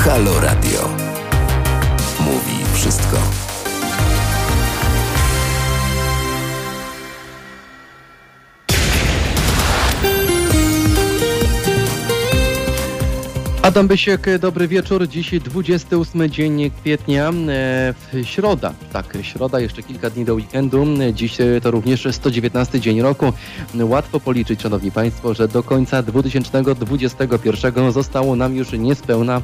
Halo Radio. Mówi wszystko. Adam Bysiek, dobry wieczór. Dziś 28 dzień kwietnia, środa. Tak, środa, jeszcze kilka dni do weekendu. Dziś to również 119 dzień roku. Łatwo policzyć, szanowni państwo, że do końca 2021 zostało nam już niespełna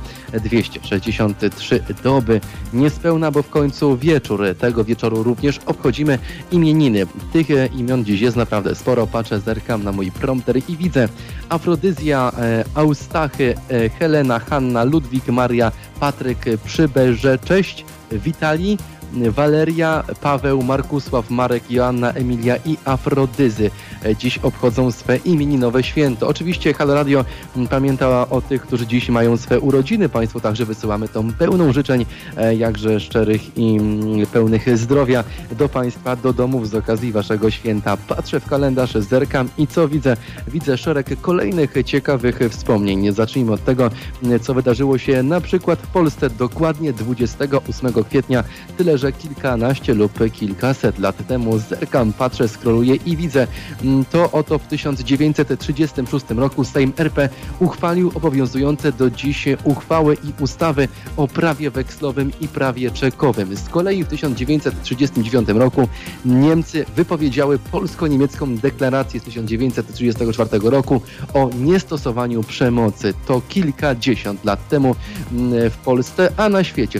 263 doby. Niespełna, bo w końcu wieczór. Tego wieczoru również obchodzimy imieniny. Tych imion dziś jest naprawdę sporo. Patrzę, zerkam na mój prompter i widzę Afrodyzja, Eustachy, Helena, Hanna, Ludwik, Maria, Patryk, Przyberze, cześć, Witali, Waleria, Paweł, Markusław, Marek, Joanna, Emilia i Afrodyzy. Dziś obchodzą swe imieninowe święto. Oczywiście Halo Radio pamięta o tych, którzy dziś mają swe urodziny. Państwu także wysyłamy tą pełną życzeń, jakże szczerych i pełnych zdrowia do Państwa, do domów z okazji Waszego święta. Patrzę w kalendarz, zerkam i co widzę? Widzę szereg kolejnych ciekawych wspomnień. Zacznijmy od tego, co wydarzyło się na przykład w Polsce dokładnie 28 kwietnia, tyle że kilkanaście lub kilkaset lat temu. Zerkam, patrzę, scrolluję i widzę to oto w 1936 roku Sejm RP uchwalił obowiązujące do dziś uchwały i ustawy o prawie wekslowym i prawie czekowym. Z kolei w 1939 roku Niemcy wypowiedziały polsko-niemiecką deklarację z 1934 roku o niestosowaniu przemocy. To kilkadziesiąt lat temu w Polsce, a na świecie w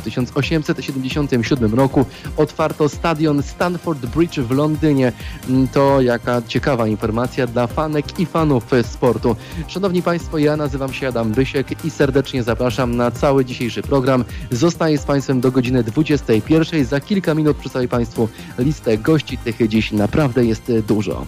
1877 roku otwarto stadion Stamford Bridge w Londynie. To jaka ciekawa informacja dla fanek i fanów sportu. Szanowni Państwo, ja nazywam się Adam Bysiek i serdecznie zapraszam na cały dzisiejszy program. Zostaję z Państwem do godziny 21. Za kilka minut przedstawię Państwu listę gości. Tych dziś naprawdę jest dużo.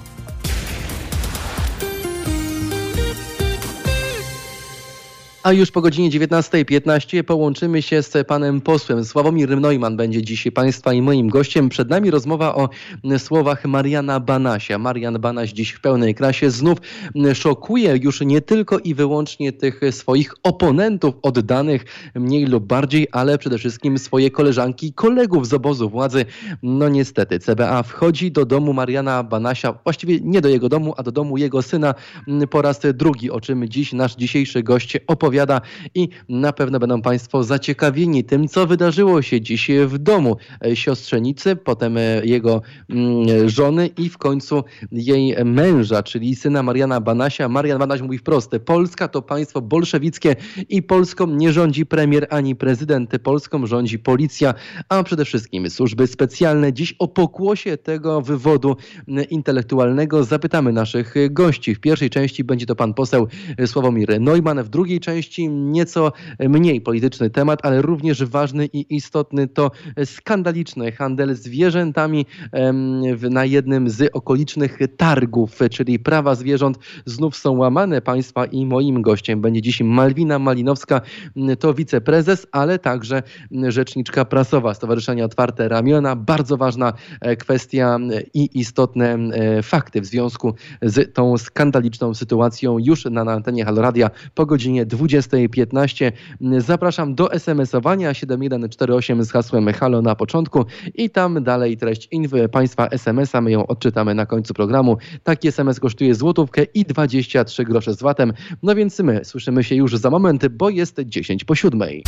A już po godzinie 19:15 połączymy się z panem posłem. Sławomir Neumann będzie dzisiaj Państwa i moim gościem. Przed nami rozmowa o słowach Mariana Banasia. Marian Banaś dziś w pełnej krasie znów szokuje już nie tylko i wyłącznie tych swoich oponentów oddanych mniej lub bardziej, ale przede wszystkim swoje koleżanki i kolegów z obozu władzy. No niestety, CBA wchodzi do domu Mariana Banasia, właściwie nie do jego domu, a do domu jego syna po raz drugi, o czym dziś nasz dzisiejszy gość opowiada i na pewno będą Państwo zaciekawieni tym, co wydarzyło się dziś w domu siostrzenicy, potem jego żony i w końcu jej męża, czyli syna Mariana Banasia. Marian Banaś mówi wprost: Polska to państwo bolszewickie i Polską nie rządzi premier ani prezydent, Polską rządzi policja, a przede wszystkim służby specjalne. Dziś o pokłosie tego wywodu intelektualnego zapytamy naszych gości. W pierwszej części będzie to pan poseł Sławomir Neumann, w drugiej części nieco mniej polityczny temat, ale również ważny i istotny, to skandaliczny handel zwierzętami na jednym z okolicznych targów, czyli prawa zwierząt znów są łamane. Państwa i moim gościem będzie dziś Malwina Malinowska, to wiceprezes, ale także rzeczniczka prasowa Stowarzyszenia Otwarte Ramiona. Bardzo ważna kwestia i istotne fakty w związku z tą skandaliczną sytuacją już na antenie Halo Radia po godzinie 20:15. Zapraszam do SMS-owania 7148 z hasłem Halo na początku i tam dalej treść Państwa SMS-a. My ją odczytamy na końcu programu. Taki SMS kosztuje złotówkę i 23 grosze z VAT-em. No więc my słyszymy się już za moment, bo jest 6:50.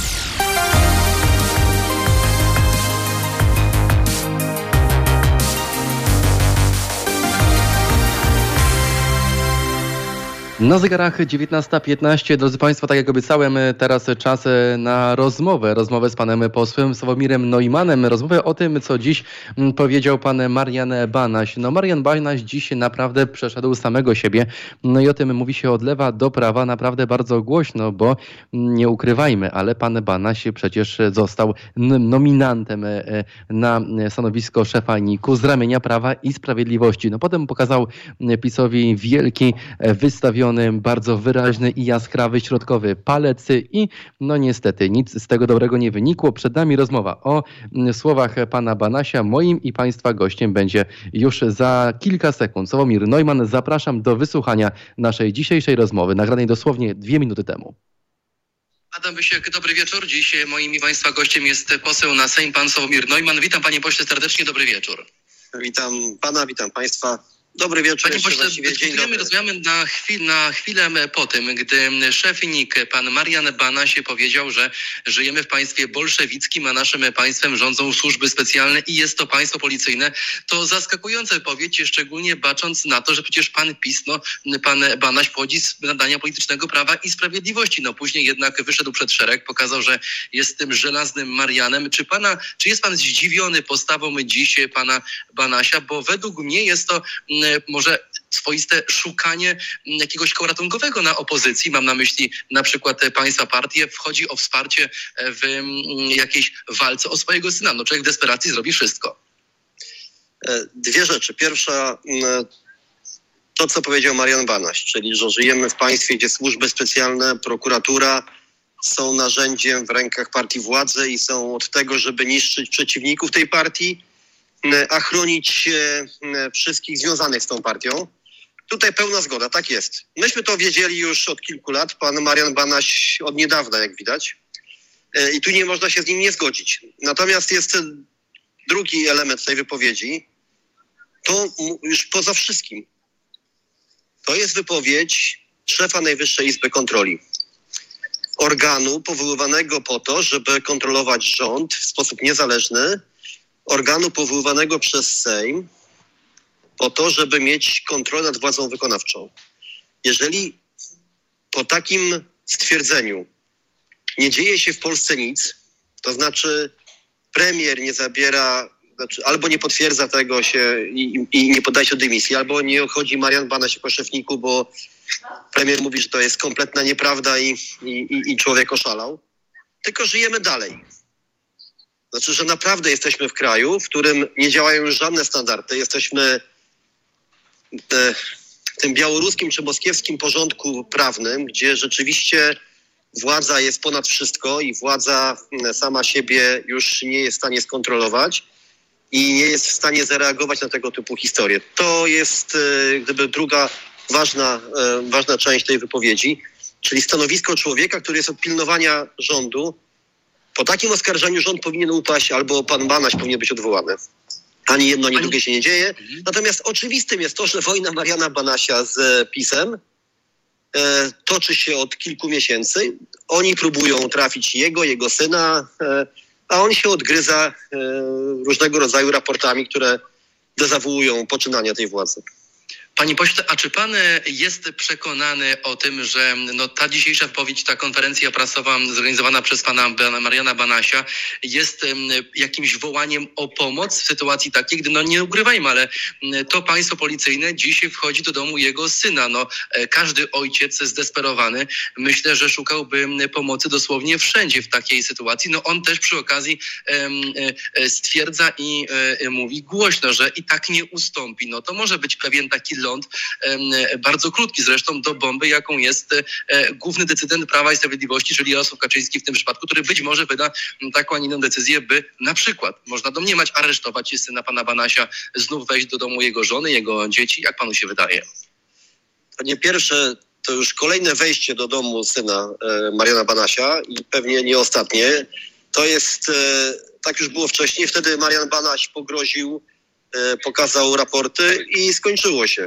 Na zegarach 19:15. Drodzy Państwo, tak jak obiecałem, teraz czas na rozmowę z panem posłem Sławomirem Neumannem. Rozmowę o tym, co dziś powiedział pan Marian Banaś. No Marian Banaś dziś naprawdę przeszedł samego siebie. No i o tym mówi się od lewa do prawa naprawdę bardzo głośno, bo nie ukrywajmy, ale pan Banaś przecież został nominantem na stanowisko szefa NIK-u z ramienia Prawa i Sprawiedliwości. No potem pokazał PiS-owi wielki, wystawiony, bardzo wyraźny i jaskrawy środkowy palec i no niestety nic z tego dobrego nie wynikło. Przed nami rozmowa o słowach pana Banasia. Moim i Państwa gościem będzie już za kilka sekund Sławomir Neumann. Zapraszam do wysłuchania naszej dzisiejszej rozmowy, nagranej dosłownie 2 minuty temu. Adam Wysiek, dobry wieczór. Dziś moim i Państwa gościem jest poseł na Sejm, pan Sławomir Neumann. Witam panie pośle serdecznie, dobry wieczór. Witam pana, witam państwa. Dobry wieczór. Panie pośle, dyskutujemy, rozmawiamy na chwilę po tym, gdy szef NIK, pan Marian Banaś, powiedział, że żyjemy w państwie bolszewickim, a naszym państwem rządzą służby specjalne i jest to państwo policyjne. To zaskakujące wypowiedź, szczególnie bacząc na to, że przecież pan PiS, pan Banaś pochodzi z nadania politycznego Prawa i Sprawiedliwości. Później jednak wyszedł przed szereg, pokazał, że jest tym żelaznym Marianem. Czy jest pan zdziwiony postawą dziś pana Banasia? Bo według mnie jest to może swoiste szukanie jakiegoś koła ratunkowego na opozycji. Mam na myśli na przykład państwa partię. Wchodzi o wsparcie w jakiejś walce o swojego syna. Człowiek w desperacji zrobi wszystko. Dwie rzeczy. Pierwsza, to co powiedział Marian Banaś, czyli że żyjemy w państwie, gdzie służby specjalne, prokuratura są narzędziem w rękach partii władzy i są od tego, żeby niszczyć przeciwników tej partii, a chronić wszystkich związanych z tą partią. Tutaj pełna zgoda, tak jest. Myśmy to wiedzieli już od kilku lat, pan Marian Banaś od niedawna, jak widać. I tu nie można się z nim nie zgodzić. Natomiast jest drugi element tej wypowiedzi, to już poza wszystkim. To jest wypowiedź szefa Najwyższej Izby Kontroli. Organu powoływanego po to, żeby kontrolować rząd w sposób niezależny, organu powoływanego przez Sejm po to, żeby mieć kontrolę nad władzą wykonawczą. Jeżeli po takim stwierdzeniu nie dzieje się w Polsce nic, to znaczy premier nie zabiera, albo nie potwierdza tego się i nie podaje się dymisji, albo nie odchodzi Marian Banaś jako szef NIK-u, bo premier mówi, że to jest kompletna nieprawda i człowiek oszalał, tylko żyjemy dalej. Znaczy, że naprawdę jesteśmy w kraju, w którym nie działają już żadne standardy. Jesteśmy w tym białoruskim czy moskiewskim porządku prawnym, gdzie rzeczywiście władza jest ponad wszystko i władza sama siebie już nie jest w stanie skontrolować i nie jest w stanie zareagować na tego typu historie. To jest gdyby druga ważna część tej wypowiedzi, czyli stanowisko człowieka, który jest od pilnowania rządu. Po takim oskarżeniu rząd powinien upaść albo pan Banaś powinien być odwołany. Ani jedno, ani drugie się nie dzieje. Natomiast oczywistym jest to, że wojna Mariana Banasia z PiS-em toczy się od kilku miesięcy. Oni próbują trafić jego syna, a on się odgryza różnego rodzaju raportami, które dezawuują poczynania tej władzy. Panie pośle, a czy pan jest przekonany o tym, że ta dzisiejsza wypowiedź, ta konferencja prasowa zorganizowana przez pana Mariana Banasia jest jakimś wołaniem o pomoc w sytuacji takiej, gdy, nie ukrywajmy, ale to państwo policyjne dzisiaj wchodzi do domu jego syna. Każdy ojciec zdesperowany, myślę, że szukałby pomocy dosłownie wszędzie w takiej sytuacji. On też przy okazji stwierdza i mówi głośno, że i tak nie ustąpi. To może być pewien taki ląd, bardzo krótki zresztą, do bomby, jaką jest główny decydent Prawa i Sprawiedliwości, czyli Jarosław Kaczyński w tym przypadku, który być może wyda taką, a nie inną decyzję, by na przykład, można domniemać, aresztować syna pana Banasia, znów wejść do domu jego żony, jego dzieci. Jak panu się wydaje? To nie pierwsze, to już kolejne wejście do domu syna Mariana Banasia i pewnie nie ostatnie. To jest, tak już było wcześniej, wtedy Marian Banaś pogroził, pokazał raporty i skończyło się.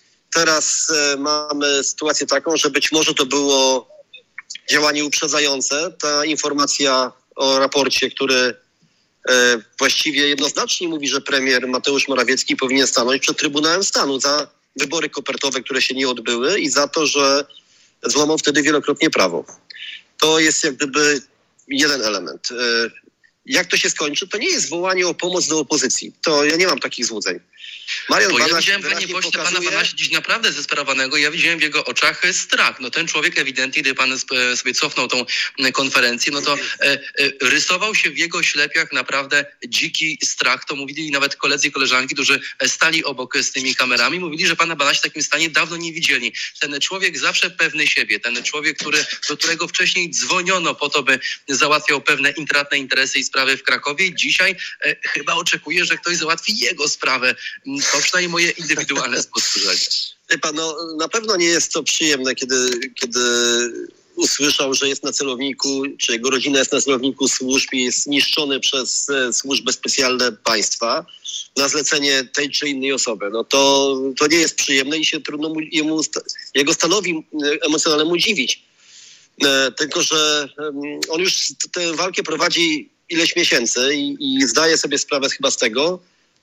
Teraz mamy sytuację taką, że być może to było działanie uprzedzające. Ta informacja o raporcie, który właściwie jednoznacznie mówi, że premier Mateusz Morawiecki powinien stanąć przed Trybunałem Stanu za wybory kopertowe, które się nie odbyły i za to, że złamał wtedy wielokrotnie prawo. To jest jak gdyby jeden element. Jak to się skończy, to nie jest wołanie o pomoc do opozycji. To ja nie mam takich złudzeń. Marian Banaś, ja widziałem, panie pośle, pana Banasia dziś naprawdę zdesperowanego. Ja widziałem w jego oczach strach. Ten człowiek ewidentnie, gdy pan sobie cofnął tą konferencję, to rysował się w jego ślepiach naprawdę dziki strach. To mówili nawet koledzy i koleżanki, którzy stali obok z tymi kamerami. Mówili, że pana Banasia w takim stanie dawno nie widzieli. Ten człowiek zawsze pewny siebie. Ten człowiek, do którego wcześniej dzwoniono po to, by załatwiał pewne intratne interesy i sprawy w Krakowie. Dzisiaj chyba oczekuje, że ktoś załatwi jego sprawę. To przynajmniej moje indywidualne spostrzeżenie. Wie pan, na pewno nie jest to przyjemne, kiedy usłyszał, że jest na celowniku, czy jego rodzina jest na celowniku służb i jest niszczony przez służby specjalne państwa na zlecenie tej czy innej osoby, no to nie jest przyjemne i się trudno jego stanowi emocjonalnemu dziwić. Tylko że on już tę walkę prowadzi ileś miesięcy i zdaje sobie sprawę chyba z tego,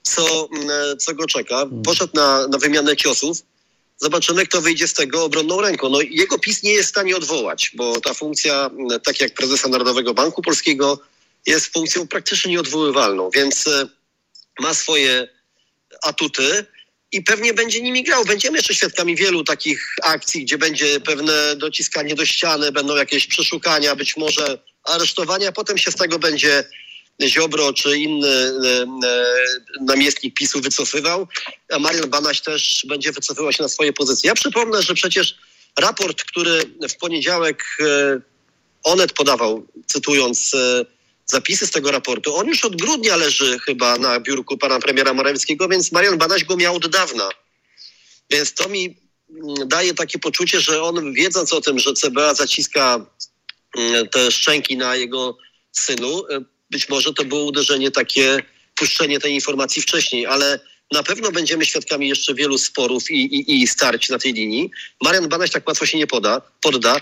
co go czeka. Poszedł na wymianę ciosów. Zobaczymy, kto wyjdzie z tego obronną ręką. No, jego PiS nie jest w stanie odwołać, bo ta funkcja, tak jak prezesa Narodowego Banku Polskiego, jest funkcją praktycznie nieodwoływalną, więc ma swoje atuty i pewnie będzie nimi grał. Będziemy jeszcze świadkami wielu takich akcji, gdzie będzie pewne dociskanie do ściany, będą jakieś przeszukania, być może aresztowania, potem się z tego będzie Ziobro czy inny namiestnik PiS-u wycofywał, a Marian Banaś też będzie wycofywał się na swoje pozycje. Ja przypomnę, że przecież raport, który w poniedziałek Onet podawał, cytując zapisy z tego raportu, on już od grudnia leży chyba na biurku pana premiera Morawieckiego, więc Marian Banaś go miał od dawna. Więc to mi daje takie poczucie, że on, wiedząc o tym, że CBA zaciska te szczęki na jego synu, być może to było uderzenie takie, puszczenie tej informacji wcześniej, ale na pewno będziemy świadkami jeszcze wielu sporów i starć na tej linii. Marian Banaś tak łatwo się nie podda.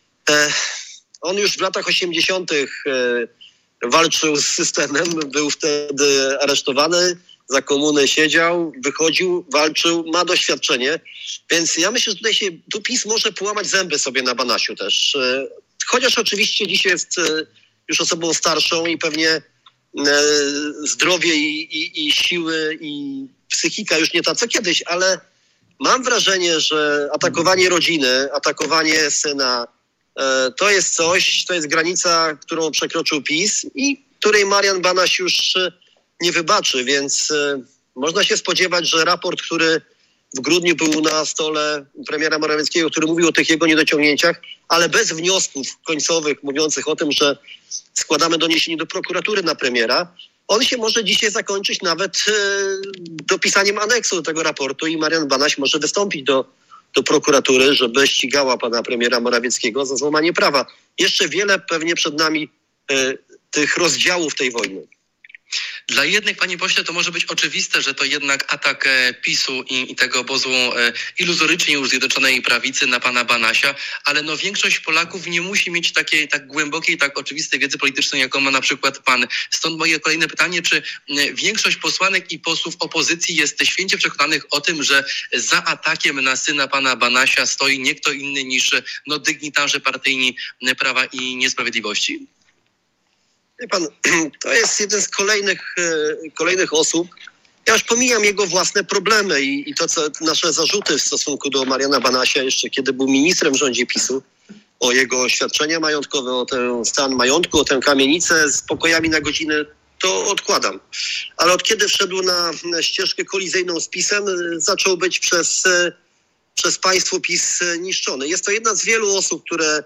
On już w latach 80. walczył z systemem, był wtedy aresztowany, za komuny siedział, wychodził, walczył, ma doświadczenie, więc ja myślę, że tu PiS może połamać zęby sobie na Banasiu też. Chociaż oczywiście dziś jest już osobą starszą i pewnie zdrowie i siły i psychika już nie ta co kiedyś, ale mam wrażenie, że atakowanie rodziny, atakowanie syna to jest coś, to jest granica, którą przekroczył PiS i której Marian Banaś już nie wybaczy, więc można się spodziewać, że raport, który w grudniu był na stole premiera Morawieckiego, który mówił o tych jego niedociągnięciach, ale bez wniosków końcowych mówiących o tym, że składamy doniesienie do prokuratury na premiera, on się może dzisiaj zakończyć nawet dopisaniem aneksu do tego raportu i Marian Banaś może wystąpić do prokuratury, żeby ścigała pana premiera Morawieckiego za złamanie prawa. Jeszcze wiele pewnie przed nami tych rozdziałów tej wojny. Dla jednych, panie pośle, to może być oczywiste, że to jednak atak PiS-u i tego obozu iluzorycznie już Zjednoczonej Prawicy na pana Banasia, ale większość Polaków nie musi mieć takiej tak głębokiej, tak oczywistej wiedzy politycznej, jaką ma na przykład pan. Stąd moje kolejne pytanie, czy większość posłanek i posłów opozycji jest święcie przekonanych o tym, że za atakiem na syna pana Banasia stoi nie kto inny niż dygnitarze partyjni Prawa i Sprawiedliwości? Wie pan, to jest jeden z kolejnych osób. Ja już pomijam jego własne problemy i to, co nasze zarzuty w stosunku do Mariana Banasia, jeszcze kiedy był ministrem w rządzie PiS-u, o jego oświadczenia majątkowe, o ten stan majątku, o tę kamienicę z pokojami na godzinę, to odkładam. Ale od kiedy wszedł na ścieżkę kolizyjną z PiS-em, zaczął być przez państwo PiS niszczony. Jest to jedna z wielu osób, które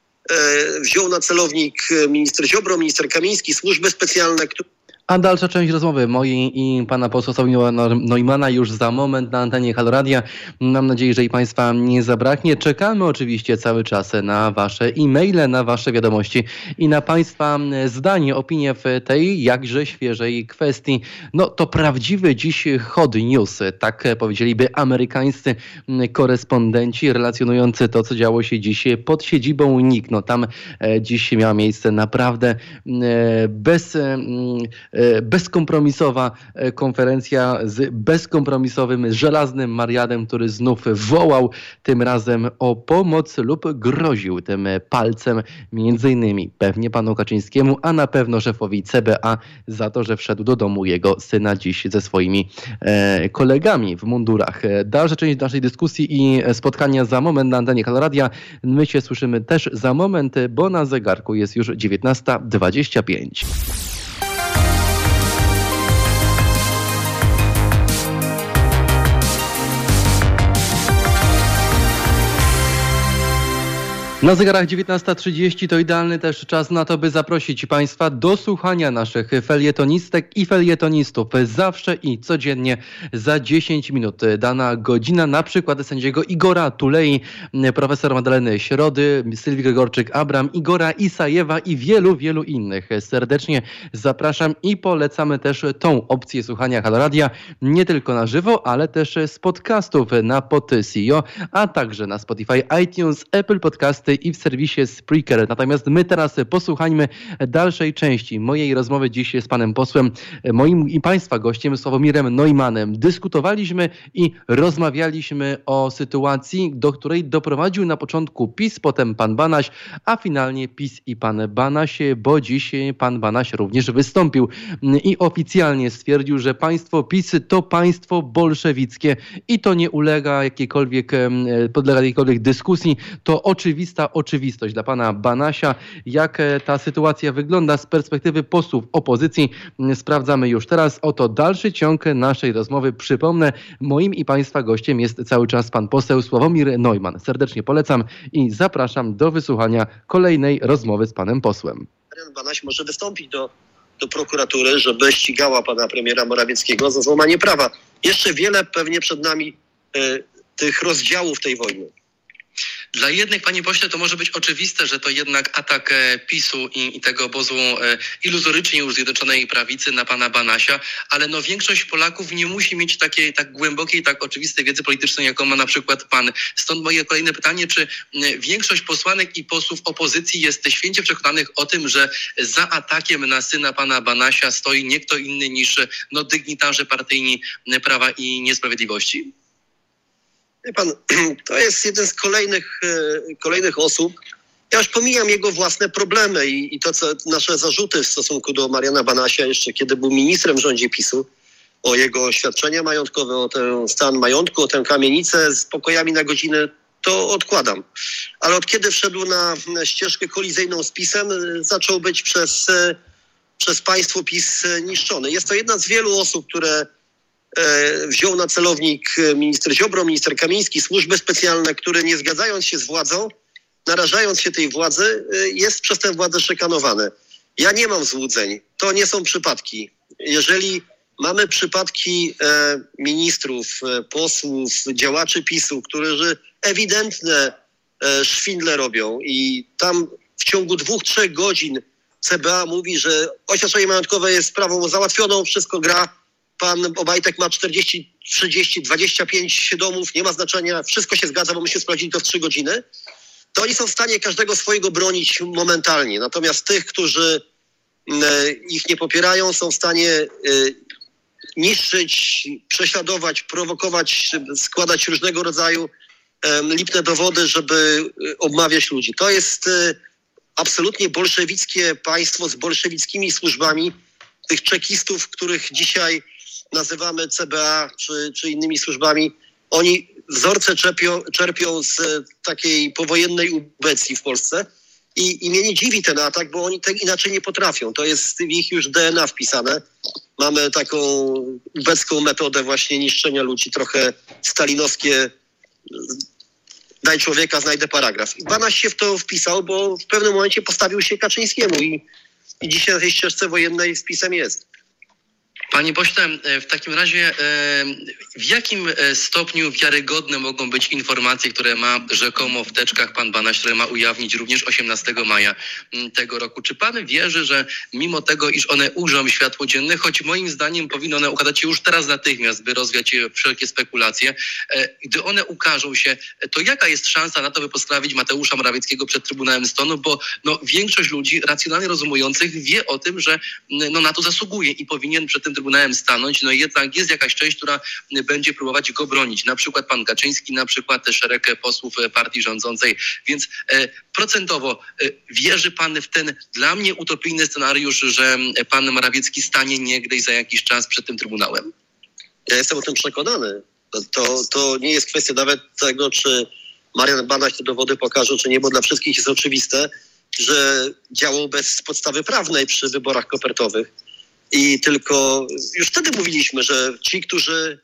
wziął na celownik minister Ziobro, minister Kamiński, służby specjalne, A dalsza część rozmowy mojej i pana posła Sławomira Neumanna już za moment na antenie Halo Radia. Mam nadzieję, że i państwa nie zabraknie. Czekamy oczywiście cały czas na wasze e-maile, na wasze wiadomości i na państwa zdanie, opinie w tej jakże świeżej kwestii. To prawdziwy dziś hot news, tak powiedzieliby amerykańscy korespondenci relacjonujący to, co działo się dziś pod siedzibą NIK. Tam dziś miała miejsce naprawdę bezkompromisowa konferencja z bezkompromisowym, żelaznym Marianem, który znów wołał tym razem o pomoc lub groził tym palcem między innymi pewnie panu Kaczyńskiemu, a na pewno szefowi CBA za to, że wszedł do domu jego syna dziś ze swoimi kolegami w mundurach. Dalsza część naszej dyskusji i spotkania za moment na antenie Halo Radia. My się słyszymy też za moment, bo na zegarku jest już 19:25. Na zegarach 19:30 to idealny też czas na to, by zaprosić Państwa do słuchania naszych felietonistek i felietonistów. Zawsze i codziennie za 10 minut dana godzina, na przykład sędziego Igora Tulei, profesor Magdaleny Środy, Sylwii Gregorczyk-Abram, Igora Isajewa i wielu innych. Serdecznie zapraszam i polecamy też tą opcję słuchania Halo Radia nie tylko na żywo, ale też z podcastów na Podcasto, a także na Spotify, iTunes, Apple Podcasty i w serwisie Spreaker. Natomiast my teraz posłuchajmy dalszej części mojej rozmowy dziś z panem posłem, moim i państwa gościem Sławomirem Neumannem. Dyskutowaliśmy i rozmawialiśmy o sytuacji, do której doprowadził na początku PiS, potem pan Banaś, a finalnie PiS i pan Banaś, bo dziś pan Banaś również wystąpił i oficjalnie stwierdził, że państwo PiS to państwo bolszewickie i to nie podlega jakiejkolwiek dyskusji. To oczywistość dla pana Banasia. Jak ta sytuacja wygląda z perspektywy posłów opozycji, sprawdzamy już teraz. Oto dalszy ciąg naszej rozmowy. Przypomnę, moim i państwa gościem jest cały czas pan poseł Sławomir Neumann. Serdecznie polecam i zapraszam do wysłuchania kolejnej rozmowy z panem posłem. Marian Banaś może wystąpić do prokuratury, żeby ścigała pana premiera Morawieckiego za złamanie prawa. Jeszcze wiele pewnie przed nami tych rozdziałów tej wojny. Dla jednych, panie pośle, to może być oczywiste, że to jednak atak PiS-u i tego obozu iluzorycznie już Zjednoczonej Prawicy na pana Banasia, ale większość Polaków nie musi mieć takiej tak głębokiej, tak oczywistej wiedzy politycznej, jaką ma na przykład pan. Stąd moje kolejne pytanie, czy większość posłanek i posłów opozycji jest święcie przekonanych o tym, że za atakiem na syna pana Banasia stoi nie kto inny niż dygnitarze partyjni Prawa i Niesprawiedliwości? Wie pan, to jest jeden z kolejnych osób. Ja już pomijam jego własne problemy i to, co nasze zarzuty w stosunku do Mariana Banasia, jeszcze kiedy był ministrem w rządzie PiS-u, o jego oświadczenia majątkowe, o ten stan majątku, o tę kamienicę z pokojami na godzinę, to odkładam. Ale od kiedy wszedł na ścieżkę kolizyjną z PiS-em, zaczął być przez państwo PiS niszczony. Jest to jedna z wielu osób, które wziął na celownik minister Ziobro, minister Kamiński, służby specjalne, które nie zgadzając się z władzą, narażając się tej władzy, jest przez tę władzę szykanowany. Ja nie mam złudzeń. To nie są przypadki. Jeżeli mamy przypadki ministrów, posłów, działaczy PiS-u, którzy ewidentne szwindle robią i tam w ciągu 2-3 godzin CBA mówi, że oświadczenie majątkowe jest sprawą załatwioną, wszystko gra. Pan Obajtek ma 40, 30, 25 domów, nie ma znaczenia, wszystko się zgadza, bo myśmy sprawdzili to w 3 godziny. To oni są w stanie każdego swojego bronić momentalnie. Natomiast tych, którzy ich nie popierają, są w stanie niszczyć, prześladować, prowokować, składać różnego rodzaju lipne dowody, żeby obmawiać ludzi. To jest absolutnie bolszewickie państwo z bolszewickimi służbami, tych czekistów, których dzisiaj nazywamy CBA czy innymi służbami. Oni wzorce czerpią z takiej powojennej ubecji w Polsce i mnie nie dziwi ten atak, bo oni tak inaczej nie potrafią. To jest w ich już DNA wpisane. Mamy taką ubecką metodę właśnie niszczenia ludzi, trochę stalinowskie daj człowieka, znajdę paragraf. I Banaś się w to wpisał, bo w pewnym momencie postawił się Kaczyńskiemu i dzisiaj na tej ścieżce wojennej z PiS-em jest. Panie pośle, w takim razie w jakim stopniu wiarygodne mogą być informacje, które ma rzekomo w teczkach pan Banaś, które ma ujawnić również 18 maja tego roku? Czy pan wierzy, że mimo tego, iż one ujrzą światło dzienne, choć moim zdaniem powinny one ukazać się już teraz natychmiast, by rozwiać wszelkie spekulacje, gdy one ukażą się, to jaka jest szansa na to, by postawić Mateusza Morawieckiego przed Trybunałem Stanu? Bo większość ludzi racjonalnie rozumujących wie o tym, że na to zasługuje i powinien przed tym Trybunałem stanąć, jednak jest jakaś część, która będzie próbować go bronić. Na przykład pan Kaczyński, na przykład szereg posłów partii rządzącej. Więc procentowo wierzy pan w ten dla mnie utopijny scenariusz, że pan Morawiecki stanie niegdyś za jakiś czas przed tym Trybunałem? Ja jestem o tym przekonany. To nie jest kwestia nawet tego, czy Marian Banaś te dowody pokaże, czy nie, bo dla wszystkich jest oczywiste, że działał bez podstawy prawnej przy wyborach kopertowych. I tylko już wtedy mówiliśmy, że ci, którzy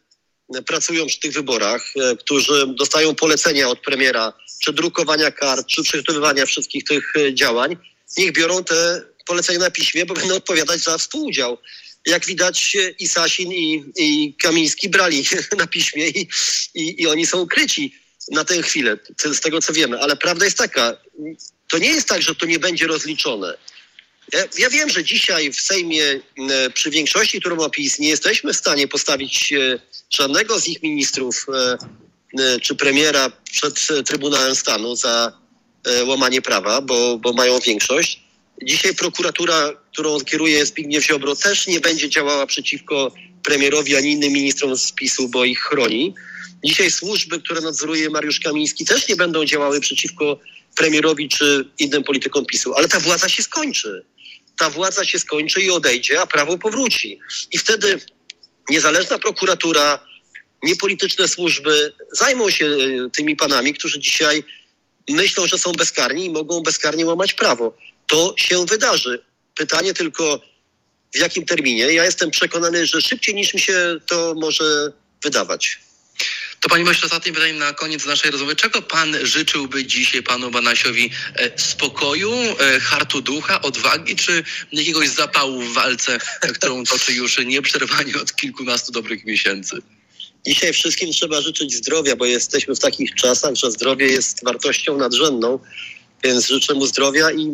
pracują przy tych wyborach, którzy dostają polecenia od premiera, czy drukowania kart, czy przygotowywania wszystkich tych działań, niech biorą te polecenia na piśmie, bo będą odpowiadać za współudział. Jak widać, i Sasin, i Kamiński brali na piśmie i oni są ukryci na tę chwilę, z tego co wiemy. Ale prawda jest taka, to nie jest tak, że to nie będzie rozliczone. Ja wiem, że dzisiaj w Sejmie przy większości, którą ma PiS, nie jesteśmy w stanie postawić żadnego z ich ministrów czy premiera przed Trybunałem Stanu za łamanie prawa, bo mają większość. Dzisiaj prokuratura, którą kieruje Zbigniew Ziobro, też nie będzie działała przeciwko premierowi ani innym ministrom z PiS-u, bo ich chroni. Dzisiaj służby, które nadzoruje Mariusz Kamiński, też nie będą działały przeciwko premierowi czy innym politykom PiS-u. Ale ta władza się skończy. Ta władza się skończy i odejdzie, a prawo powróci. I wtedy niezależna prokuratura, niepolityczne służby zajmą się tymi panami, którzy dzisiaj myślą, że są bezkarni i mogą bezkarnie łamać prawo. To się wydarzy. Pytanie tylko, w jakim terminie. Ja jestem przekonany, że szybciej niż mi się to może wydawać. To panie pośle, ostatnie pytanie na koniec naszej rozmowy. Czego pan życzyłby dzisiaj panu Banasiowi? Spokoju, hartu ducha, odwagi, czy jakiegoś zapału w walce, którą toczy już nieprzerwanie od kilkunastu dobrych miesięcy? Dzisiaj wszystkim trzeba życzyć zdrowia, bo jesteśmy w takich czasach, że zdrowie jest wartością nadrzędną, więc życzę mu zdrowia. I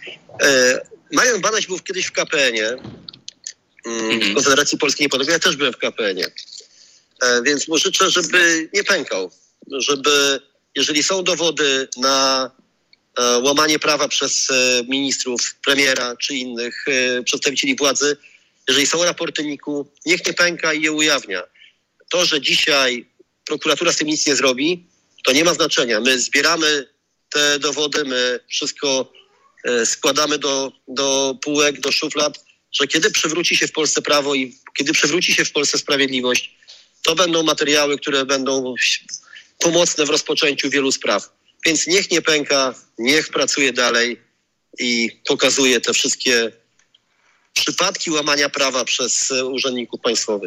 Marian Banaś był kiedyś w KPN-ie, w Konfederacji Polskiej Niepodległej. Ja też byłem w KPN-ie. Więc mu życzę, żeby nie pękał, żeby, jeżeli są dowody na łamanie prawa przez ministrów, premiera czy innych przedstawicieli władzy, jeżeli są raporty NIK-u, niech nie pęka i je ujawnia. To, że dzisiaj prokuratura z tym nic nie zrobi, to nie ma znaczenia. My zbieramy te dowody, my wszystko składamy do półek, do szuflad, że kiedy przywróci się w Polsce prawo i kiedy przywróci się w Polsce sprawiedliwość, to będą materiały, które będą pomocne w rozpoczęciu wielu spraw. Więc niech nie pęka, niech pracuje dalej i pokazuje te wszystkie przypadki łamania prawa przez urzędników państwowych.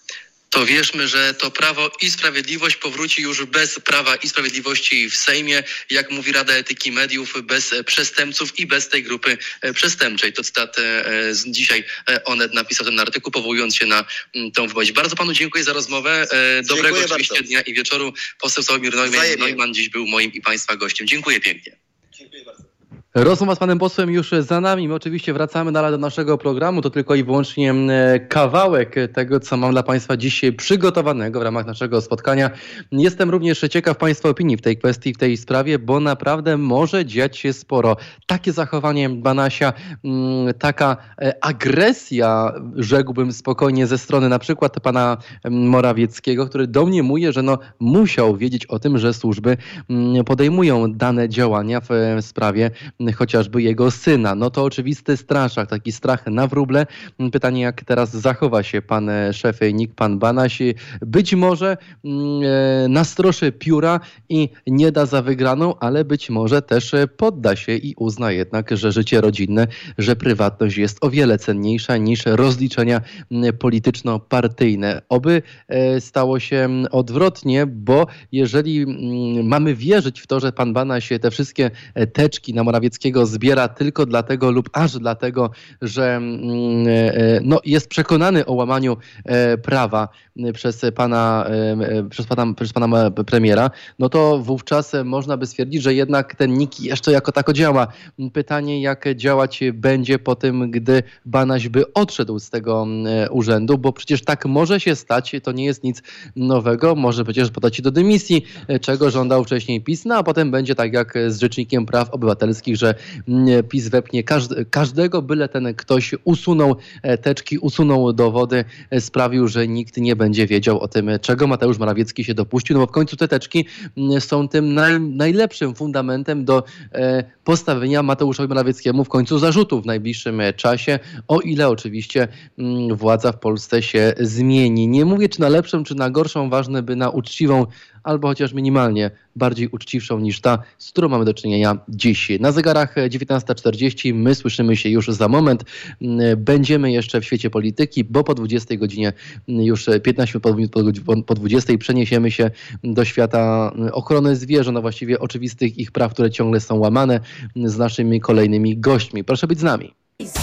To wierzmy, że to Prawo i Sprawiedliwość powróci już bez Prawa i Sprawiedliwości w Sejmie, jak mówi Rada Etyki Mediów, bez przestępców i bez tej grupy przestępczej. To cytat z dzisiaj Onet napisał ten artykuł, powołując się na tą wypowiedź. Bardzo panu dziękuję za rozmowę. Dobrego oczywiście dnia i wieczoru. Poseł Sławomir Neumann dziś był moim i państwa gościem. Dziękuję pięknie. Dziękuję bardzo. Rozmowa z panem posłem już za nami. My oczywiście wracamy dalej do naszego programu. To tylko i wyłącznie kawałek tego, co mam dla państwa dzisiaj przygotowanego w ramach naszego spotkania. Jestem również ciekaw państwa opinii w tej kwestii, w tej sprawie, bo naprawdę może dziać się sporo. Takie zachowanie Banasia, taka agresja, rzekłbym spokojnie, ze strony na przykład pana Morawieckiego, który domniemuje, że musiał wiedzieć o tym, że służby podejmują dane działania w sprawie chociażby jego syna. No to oczywisty straszak, taki strach na wróble. Pytanie, jak teraz zachowa się pan szef NIK, pan Banaś. Być może nastroszy pióra i nie da za wygraną, ale być może też podda się i uzna jednak, że życie rodzinne, że prywatność jest o wiele cenniejsza niż rozliczenia polityczno-partyjne. Oby stało się odwrotnie, bo jeżeli mamy wierzyć w to, że pan Banaś te wszystkie teczki na Morawieckiego zbiera tylko dlatego lub aż dlatego, że jest przekonany o łamaniu prawa przez pana premiera, no to wówczas można by stwierdzić, że jednak ten NIK jeszcze jako tako działa. Pytanie, jak działać będzie po tym, gdy Banaś by odszedł z tego urzędu, bo przecież tak może się stać, to nie jest nic nowego, może przecież podać się do dymisji, czego żądał wcześniej PiS, no a potem będzie tak jak z Rzecznikiem Praw Obywatelskich, że PiS wepnie każdego, byle ten ktoś usunął teczki, usunął dowody, sprawił, że nikt nie będzie wiedział o tym, czego Mateusz Morawiecki się dopuścił, no bo w końcu te teczki są tym najlepszym fundamentem do postawienia Mateuszowi Morawieckiemu w końcu zarzutu w najbliższym czasie, o ile oczywiście władza w Polsce się zmieni. Nie mówię, czy na lepszą, czy na gorszą, ważne by na uczciwą albo chociaż minimalnie bardziej uczciwszą niż ta, z którą mamy do czynienia dziś. Na zegarach 19:40, my słyszymy się już za moment. Będziemy jeszcze w świecie polityki, bo po 20 godzinie, już 15 po 20 przeniesiemy się do świata ochrony zwierząt, a właściwie oczywistych ich praw, które ciągle są łamane, z naszymi kolejnymi gośćmi. Proszę być z nami.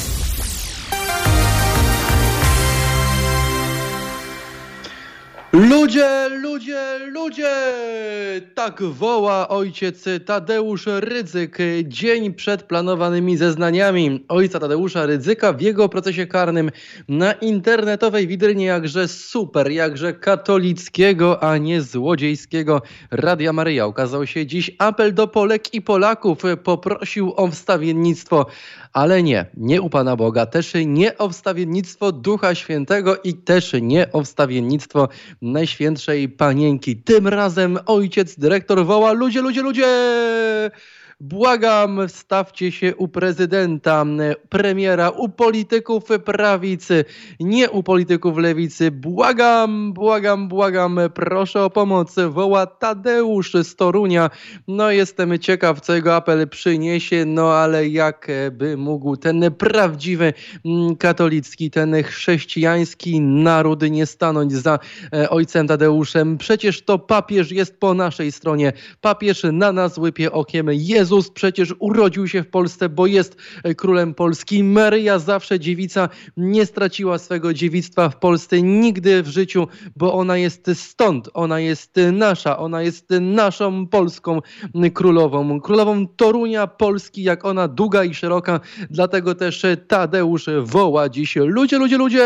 Ludzie, ludzie, ludzie! Tak woła ojciec Tadeusz Rydzyk dzień przed planowanymi zeznaniami ojca Tadeusza Rydzyka w jego procesie karnym na internetowej witrynie jakże super, jakże katolickiego, a nie złodziejskiego Radia Maryja. Ukazał się dziś apel do Polek i Polaków. Poprosił o wstawiennictwo, ale nie u Pana Boga, też nie o wstawiennictwo Ducha Świętego i też nie o wstawiennictwo Najświętszej Panienki. Tym razem ojciec dyrektor woła: ludzie, ludzie, ludzie! Błagam, wstawcie się u prezydenta, premiera, u polityków prawicy, nie u polityków lewicy. Błagam, błagam, błagam, proszę o pomoc. Woła Tadeusz z Torunia. No jestem ciekaw, co jego apel przyniesie, no ale jak by mógł ten prawdziwy katolicki, ten chrześcijański naród nie stanąć za ojcem Tadeuszem? Przecież to papież jest po naszej stronie. Papież na nas łypie okiem. Jezus przecież urodził się w Polsce, bo jest królem Polski. Maryja, zawsze dziewica, nie straciła swego dziewictwa w Polsce nigdy w życiu, bo ona jest stąd, ona jest nasza, ona jest naszą polską królową. Królową Torunia, Polski, jak ona długa i szeroka. Dlatego też Tadeusz woła dziś: ludzie, ludzie, ludzie,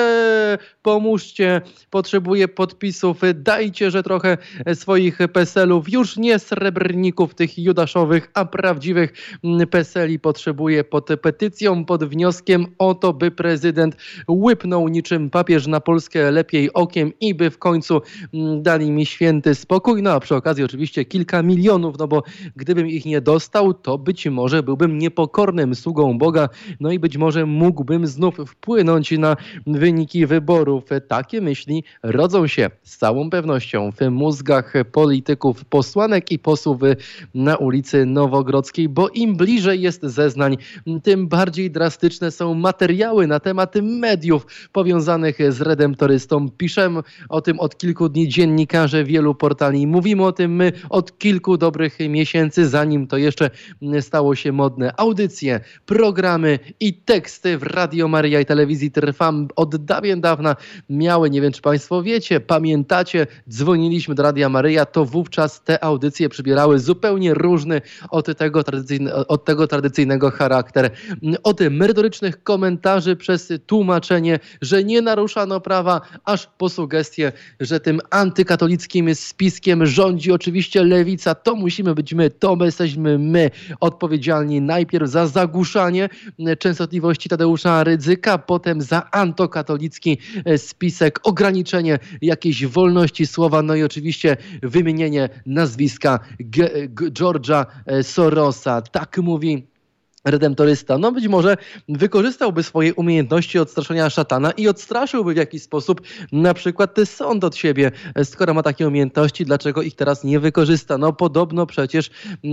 pomóżcie, potrzebuję podpisów, dajcie, że trochę swoich PESEL-ów, już nie srebrników tych judaszowych, a prawdziwych PESEL-i potrzebuje pod petycją, pod wnioskiem o to, by prezydent łypnął niczym papież na Polskę lepiej okiem i by w końcu dali mi święty spokój. No a przy okazji oczywiście kilka milionów, no bo gdybym ich nie dostał, to być może byłbym niepokornym sługą Boga, no i być może mógłbym znów wpłynąć na wyniki wyborów. Takie myśli rodzą się z całą pewnością w mózgach polityków, posłanek i posłów na ulicy Nowogrodzkiej, bo im bliżej jest zeznań, tym bardziej drastyczne są materiały na temat mediów powiązanych z redemptorystą. Piszemy o tym od kilku dni dziennikarze wielu portali. Mówimy o tym my od kilku dobrych miesięcy, zanim to jeszcze stało się modne. Audycje, programy i teksty w Radio Maryja i telewizji Trwam od dawien dawna miały, nie wiem czy Państwo wiecie, pamiętacie, dzwoniliśmy do Radia Maryja, to wówczas te audycje przybierały zupełnie różny od tego tradycyjnego charakter. Od merytorycznych komentarzy przez tłumaczenie, że nie naruszano prawa, aż po sugestie, że tym antykatolickim spiskiem rządzi oczywiście lewica. To musimy być my, to jesteśmy my odpowiedzialni najpierw za zagłuszanie częstotliwości Tadeusza Rydzyka, potem za antykatolicki spisek, ograniczenie jakiejś wolności słowa, no i oczywiście wymienienie nazwiska George'a Sorosa. Tak mówi redemptorysta. No być może wykorzystałby swoje umiejętności odstraszenia szatana i odstraszyłby w jakiś sposób na przykład sąd od siebie. Skoro ma takie umiejętności, dlaczego ich teraz nie wykorzysta? No podobno przecież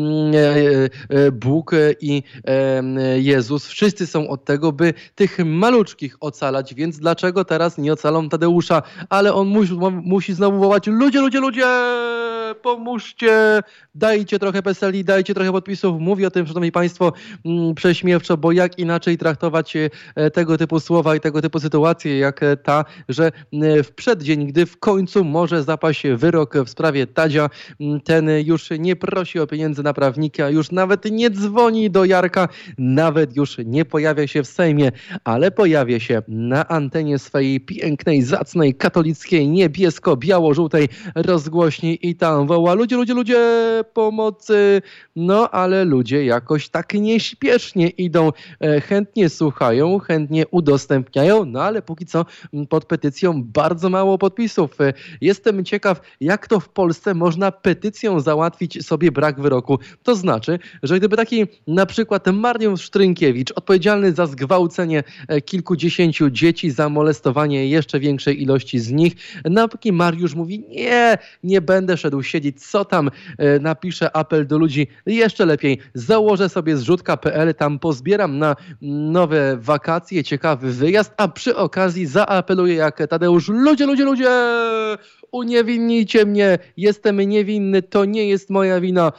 Bóg i Jezus wszyscy są od tego, by tych maluczkich ocalać, więc dlaczego teraz nie ocalą Tadeusza? Ale on musi znowu wołać: ludzie, ludzie, ludzie, pomóżcie, dajcie trochę PESEL-i, dajcie trochę podpisów. Mówię o tym, szanowni Państwo, prześmiewczo, bo jak inaczej traktować tego typu słowa i tego typu sytuacje jak ta, że w przeddzień, gdy w końcu może zapaść wyrok w sprawie Tadzia, ten już nie prosi o pieniędzy na prawnika, już nawet nie dzwoni do Jarka, nawet już nie pojawia się w Sejmie, ale pojawia się na antenie swojej pięknej, zacnej, katolickiej, niebiesko-biało-żółtej rozgłośni i tam woła: ludzie, ludzie, ludzie, pomocy. No ale ludzie jakoś tak nieśpiesznie idą, chętnie słuchają, chętnie udostępniają, no ale póki co pod petycją bardzo mało podpisów. Jestem ciekaw, jak to w Polsce można petycją załatwić sobie brak wyroku. To znaczy, że gdyby taki na przykład Mariusz Sztrynkiewicz, odpowiedzialny za zgwałcenie kilkudziesięciu dzieci, za molestowanie jeszcze większej ilości z nich, taki Mariusz mówi: nie będę szedł siedzieć, co tam napiszę apel do ludzi, jeszcze lepiej założę sobie zrzutka.pl, tam pozbieram na nowe wakacje, ciekawy wyjazd, a przy okazji zaapeluję jak Tadeusz, ludzie, uniewinnijcie mnie, jestem niewinny, to nie jest moja wina.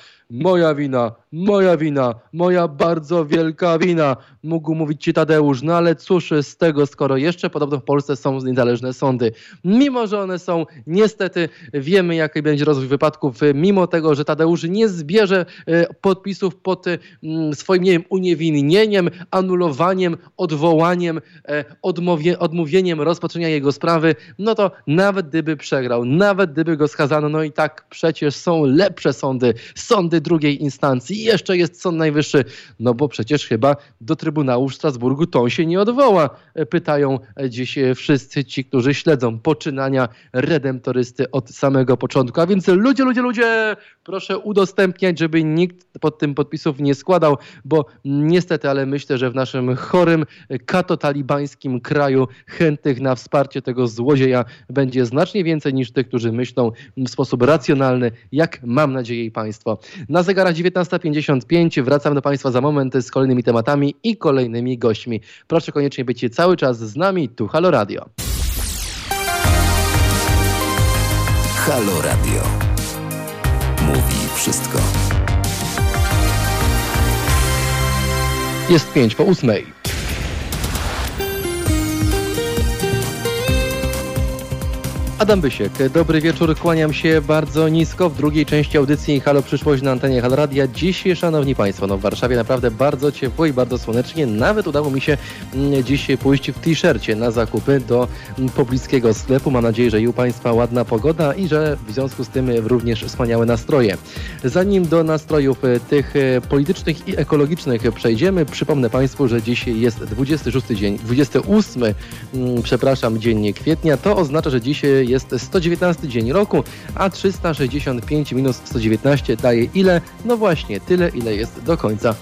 Moja bardzo wielka wina, mógł mówić ci Tadeusz, no ale cóż z tego, skoro jeszcze podobno w Polsce są niezależne sądy. Mimo że one są, niestety wiemy jaki będzie rozwój wypadków, mimo tego, że Tadeusz nie zbierze podpisów pod swoim, nie wiem, uniewinnieniem, anulowaniem, odwołaniem, odmówieniem rozpatrzenia jego sprawy, no to nawet gdyby przegrał, nawet gdyby go skazano, no i tak przecież są lepsze sądy drugiej instancji. Jeszcze jest Sąd Najwyższy, no bo przecież chyba do Trybunału w Strasburgu to on się nie odwoła. Pytają dziś wszyscy ci, którzy śledzą poczynania redemptorysty od samego początku. A więc ludzie, proszę udostępniać, żeby nikt pod tym podpisów nie składał, bo niestety, ale myślę, że w naszym chorym, katotalibańskim kraju chętnych na wsparcie tego złodzieja będzie znacznie więcej niż tych, którzy myślą w sposób racjonalny, jak mam nadzieję i państwo. Na zegarach 19:55 wracam do państwa za moment z kolejnymi tematami i kolejnymi gośćmi. Proszę koniecznie być cały czas z nami, tu Halo Radio. Halo Radio. Mówi wszystko. Jest 5:08. Adam Bysiek, dobry wieczór, kłaniam się bardzo nisko w drugiej części audycji Halo Przyszłość na antenie Halo Radia. Dziś, szanowni państwo, w Warszawie naprawdę bardzo ciepło i bardzo słonecznie. Nawet udało mi się dziś pójść w t-shircie na zakupy do pobliskiego sklepu. Mam nadzieję, że i u państwa ładna pogoda i że w związku z tym również wspaniałe nastroje. Zanim do nastrojów tych politycznych i ekologicznych przejdziemy, przypomnę państwu, że dziś jest 28 dzień kwietnia. To oznacza, że dziś jest 119 dzień roku, a 365 minus 119 daje ile? No właśnie, tyle ile jest do końca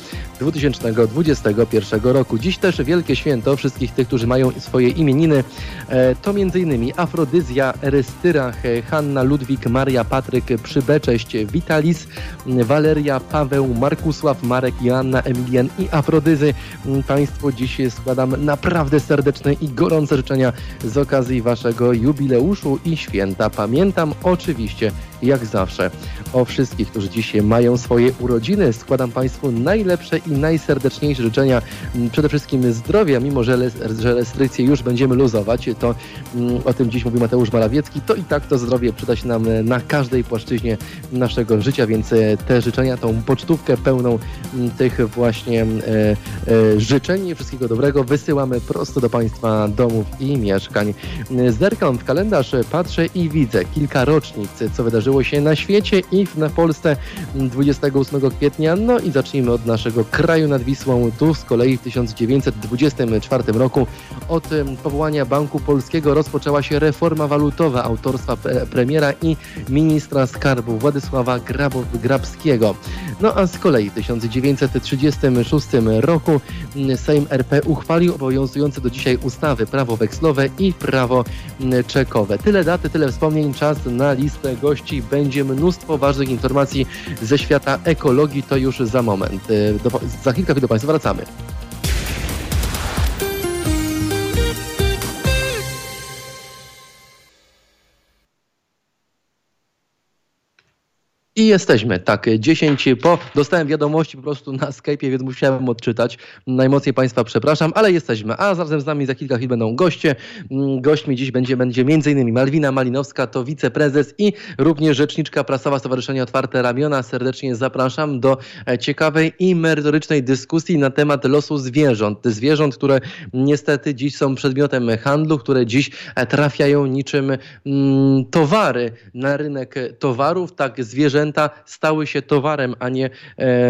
2021 roku. Dziś też wielkie święto wszystkich tych, którzy mają swoje imieniny. To m.in. Afrodyzja, Erystyrach, Hanna, Ludwik, Maria, Patryk, Przybecześć, Witalis, Waleria, Paweł, Markusław, Marek, Joanna, Emilian i Afrodyzy. Państwu dziś składam naprawdę serdeczne i gorące życzenia z okazji waszego jubileuszu i święta. Pamiętam oczywiście, jak zawsze, o wszystkich, którzy dzisiaj mają swoje urodziny. Składam państwu najlepsze i najserdeczniejsze życzenia. Przede wszystkim zdrowia, mimo że restrykcje już będziemy luzować, to o tym dziś mówi Mateusz Morawiecki, to i tak to zdrowie przyda się nam na każdej płaszczyźnie naszego życia, więc te życzenia, tą pocztówkę pełną tych właśnie życzeń, wszystkiego dobrego wysyłamy prosto do państwa domów i mieszkań. Zerkam w kalendarz, patrzę i widzę kilka rocznic, co wydarzyło się na świecie i w Polsce 28 kwietnia. No i zacznijmy od naszego kraju nad Wisłą. Tu z kolei w 1924 roku od powołania Banku Polskiego rozpoczęła się reforma walutowa autorstwa premiera i ministra skarbu Władysława Grabskiego. No a z kolei w 1936 roku Sejm RP uchwalił obowiązujące do dzisiaj ustawy prawo wekslowe i prawo czekowe. Tyle daty, tyle wspomnień, czas na listę gości. Będzie mnóstwo ważnych informacji ze świata ekologii, to już za moment. Za chwilkę do państwa wracamy. I jesteśmy, tak, 10 po. Dostałem wiadomości po prostu na Skype'ie, więc musiałem odczytać. Najmocniej państwa przepraszam, ale jesteśmy. A zarazem z nami za kilka chwil będą goście. Gośćmi dziś będzie m.in. Malwina Malinowska, to wiceprezes i również rzeczniczka prasowa Stowarzyszenia Otwarte Ramiona. Serdecznie zapraszam do ciekawej i merytorycznej dyskusji na temat losu zwierząt. Zwierząt, które niestety dziś są przedmiotem handlu, które dziś trafiają niczym towary na rynek towarów. Tak, zwierzęta stały się towarem, a nie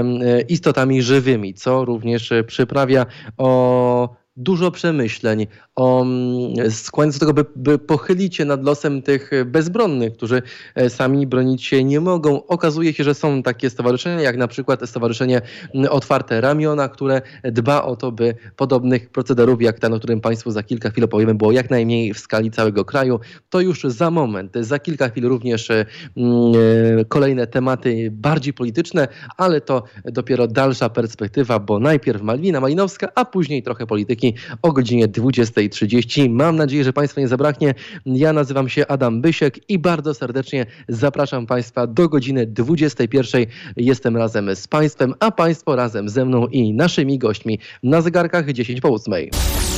istotami żywymi, co również przyprawia o dużo przemyśleń skłaniać do tego, by pochylić się nad losem tych bezbronnych, którzy sami bronić się nie mogą. Okazuje się, że są takie stowarzyszenia, jak na przykład Stowarzyszenie Otwarte Ramiona, które dba o to, by podobnych procederów jak ten, o którym Państwu za kilka chwil opowiemy, było jak najmniej w skali całego kraju. To już za moment. Za kilka chwil również kolejne tematy bardziej polityczne, ale to dopiero dalsza perspektywa, bo najpierw Malwina Malinowska, a później trochę polityki o godzinie 20:30. Mam nadzieję, że Państwa nie zabraknie. Ja nazywam się Adam Bysiek i bardzo serdecznie zapraszam Państwa do godziny 21:00. Jestem razem z Państwem, a Państwo razem ze mną i naszymi gośćmi na zegarkach 8:50.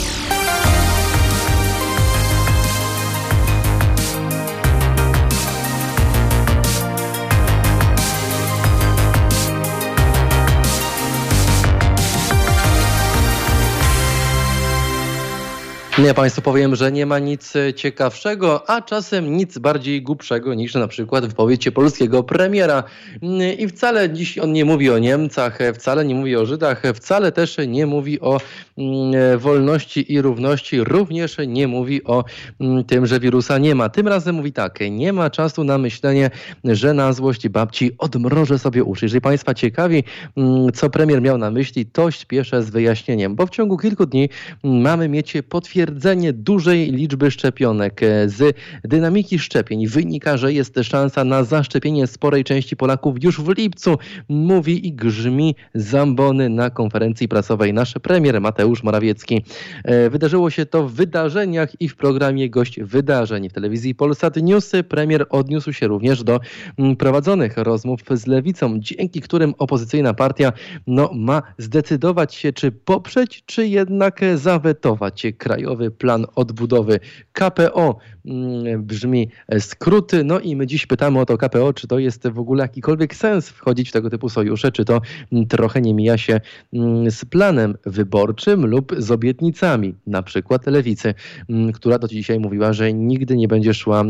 Ja Państwu powiem, że nie ma nic ciekawszego, a czasem nic bardziej głupszego niż na przykład wypowiedź polskiego premiera. I wcale dziś on nie mówi o Niemcach, wcale nie mówi o Żydach, wcale też nie mówi o wolności i równości, również nie mówi o tym, że wirusa nie ma. Tym razem mówi tak: nie ma czasu na myślenie, że na złość babci odmrożę sobie uszy. Jeżeli Państwa ciekawi, co premier miał na myśli, to śpieszę z wyjaśnieniem, bo w ciągu kilku dni mamy mieć potwierdzenie dużej liczby szczepionek. Z dynamiki szczepień wynika, że jest szansa na zaszczepienie sporej części Polaków już w lipcu. Mówi i grzmi zambony na konferencji prasowej nasz premier Mateusz Morawiecki. Wydarzyło się to w wydarzeniach i w programie Gość Wydarzeń w telewizji Polsat News. Premier odniósł się również do prowadzonych rozmów z Lewicą, dzięki którym opozycyjna partia ma zdecydować się, czy poprzeć, czy jednak zawetować Krajowy Plan Odbudowy. KPO brzmi skrót. I my dziś pytamy o to KPO, czy to jest w ogóle jakikolwiek sens wchodzić w tego typu sojusze, czy to trochę nie mija się z planem wyborczym lub z obietnicami, na przykład Lewicy, która do dzisiaj mówiła, że nigdy nie będzie szła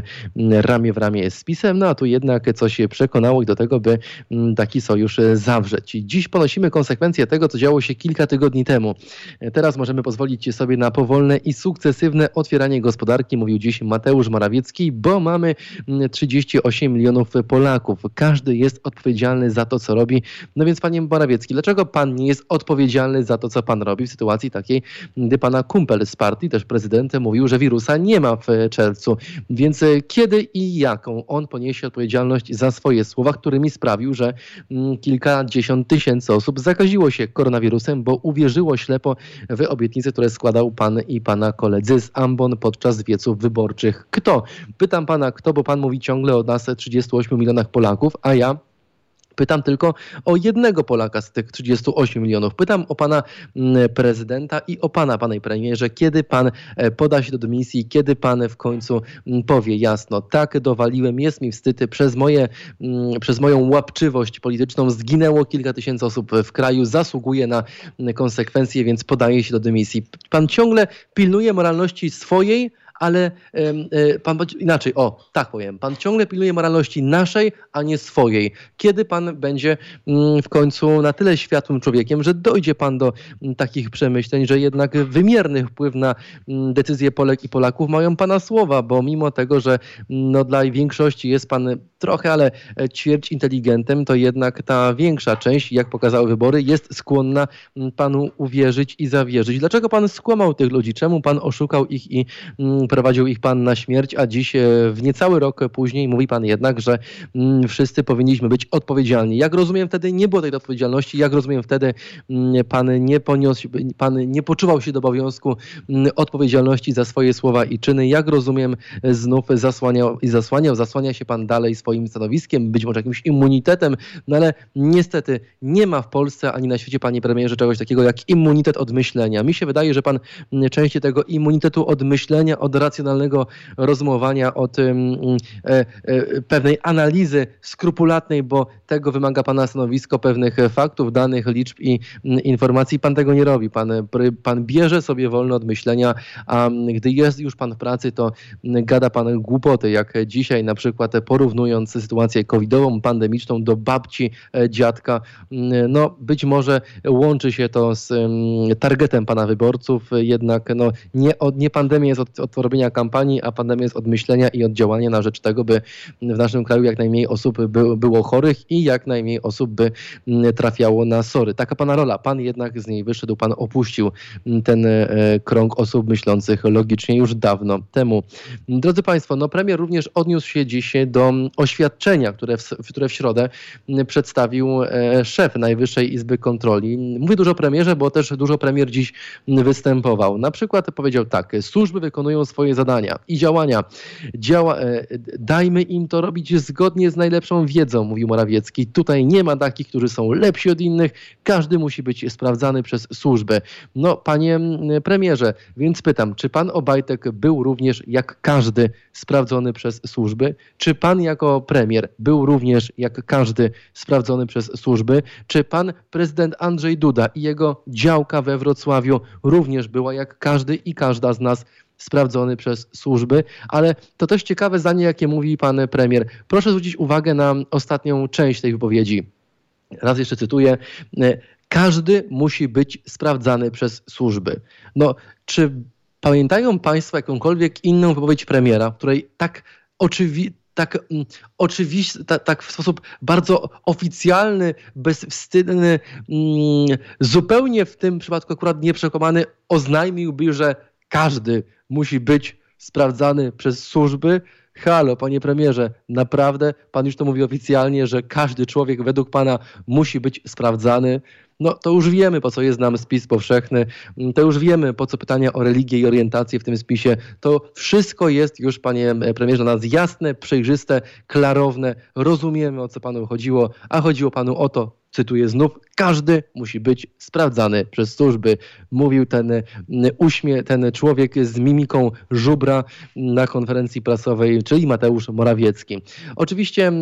w ramię z PiS-em, a tu jednak coś przekonało ich do tego, by taki sojusz zawrzeć. Dziś ponosimy konsekwencje tego, co działo się kilka tygodni temu. Teraz możemy pozwolić sobie na powolne i sukcesywne otwieranie gospodarki, mówił dziś Mateusz Morawiecki, bo mamy 38 milionów Polaków. Każdy jest odpowiedzialny za to, co robi. Więc panie Morawiecki, dlaczego pan nie jest odpowiedzialny za to, co pan robi w sytuacji takiej, gdy pana kumpel z partii, też prezydent, mówił, że wirusa nie ma w czerwcu. Więc kiedy i jaką on poniesie odpowiedzialność za swoje słowa, którymi sprawił, że kilkadziesiąt tysięcy osób zakaziło się koronawirusem, bo uwierzyło ślepo w obietnice, które składał pan i pana koledzy z ambon podczas wieców wyborczych. Kto? Pytam pana kto, bo pan mówi ciągle o nas 38 milionach Polaków, a ja pytam tylko o jednego Polaka z tych 38 milionów. Pytam o pana prezydenta i o pana, panie premierze, kiedy pan poda się do dymisji, kiedy pan w końcu powie jasno: tak, dowaliłem, jest mi wstyd, przez moją łapczywość polityczną zginęło kilka tysięcy osób w kraju, zasługuje na konsekwencje, więc podaje się do dymisji. Pan ciągle pilnuje moralności swojej, ale pan inaczej, tak powiem, pan ciągle pilnuje moralności naszej, a nie swojej. Kiedy pan będzie w końcu na tyle światłym człowiekiem, że dojdzie pan do takich przemyśleń, że jednak wymierny wpływ na decyzje Polek i Polaków mają pana słowa, bo mimo tego, że dla większości jest pan trochę, ale ćwierć inteligentem, to jednak ta większa część, jak pokazały wybory, jest skłonna panu uwierzyć i zawierzyć. Dlaczego pan skłamał tych ludzi? Czemu pan oszukał ich i prowadził ich pan na śmierć, a dziś w niecały rok później mówi pan jednak, że wszyscy powinniśmy być odpowiedzialni. Jak rozumiem, wtedy nie było tej odpowiedzialności. Jak rozumiem, wtedy pan nie poczuwał się do obowiązku odpowiedzialności za swoje słowa i czyny. Jak rozumiem, znów zasłania się pan dalej swoim stanowiskiem, być może jakimś immunitetem, ale niestety nie ma w Polsce ani na świecie, panie premierze, czegoś takiego jak immunitet od myślenia. Mi się wydaje, że pan częściej tego immunitetu od myślenia, od racjonalnego rozumowania, od pewnej analizy skrupulatnej, bo tego wymaga pana stanowisko, pewnych faktów, danych, liczb i informacji. Pan tego nie robi. Pan bierze sobie wolno od myślenia, a gdy jest już pan w pracy, to gada pan głupoty, jak dzisiaj na przykład porównując sytuację covidową, pandemiczną do babci, dziadka. No być może łączy się to z targetem pana wyborców, jednak no, nie pandemia jest od robienia kampanii, a pandemia jest od myślenia i od działania na rzecz tego, by w naszym kraju jak najmniej osób było chorych i jak najmniej osób by trafiało na SOR-y. Taka pana rola. Pan jednak z niej wyszedł, pan opuścił ten krąg osób myślących logicznie już dawno temu. Drodzy państwo, no premier również odniósł się dziś do oświadczenia, które w środę przedstawił szef Najwyższej Izby Kontroli. Mówię dużo o premierze, bo też dużo premier dziś występował. Na przykład powiedział tak: służby wykonują swoje zadania i działania. Dajmy im to robić zgodnie z najlepszą wiedzą, mówił Morawiecki. Tutaj nie ma takich, którzy są lepsi od innych. Każdy musi być sprawdzany przez służbę. No, panie premierze, więc pytam, czy pan Obajtek był również jak każdy sprawdzony przez służby? Czy pan jako premier był również jak każdy sprawdzony przez służby? Czy pan prezydent Andrzej Duda i jego działka we Wrocławiu również była jak każdy i każda z nas sprawdzony przez służby? Ale to też ciekawe zdanie, jakie mówi pan premier. Proszę zwrócić uwagę na ostatnią część tej wypowiedzi. Raz jeszcze cytuję. Każdy musi być sprawdzany przez służby. No, czy pamiętają państwo jakąkolwiek inną wypowiedź premiera, w której tak tak w sposób bardzo oficjalny, bezwstydny, zupełnie w tym przypadku akurat nieprzekonany, oznajmiłby, że każdy musi być sprawdzany przez służby? Halo, panie premierze, naprawdę pan już to mówi oficjalnie, że każdy człowiek według pana musi być sprawdzany? No to już wiemy, po co jest nam spis powszechny, to już wiemy, po co pytania o religię i orientację w tym spisie. To wszystko jest już, panie premierze, dla nas jasne, przejrzyste, klarowne. Rozumiemy, o co panu chodziło, a chodziło panu o to, cytuję znów, każdy musi być sprawdzany przez służby. Mówił ten człowiek z mimiką żubra na konferencji prasowej, czyli Mateusz Morawiecki. Oczywiście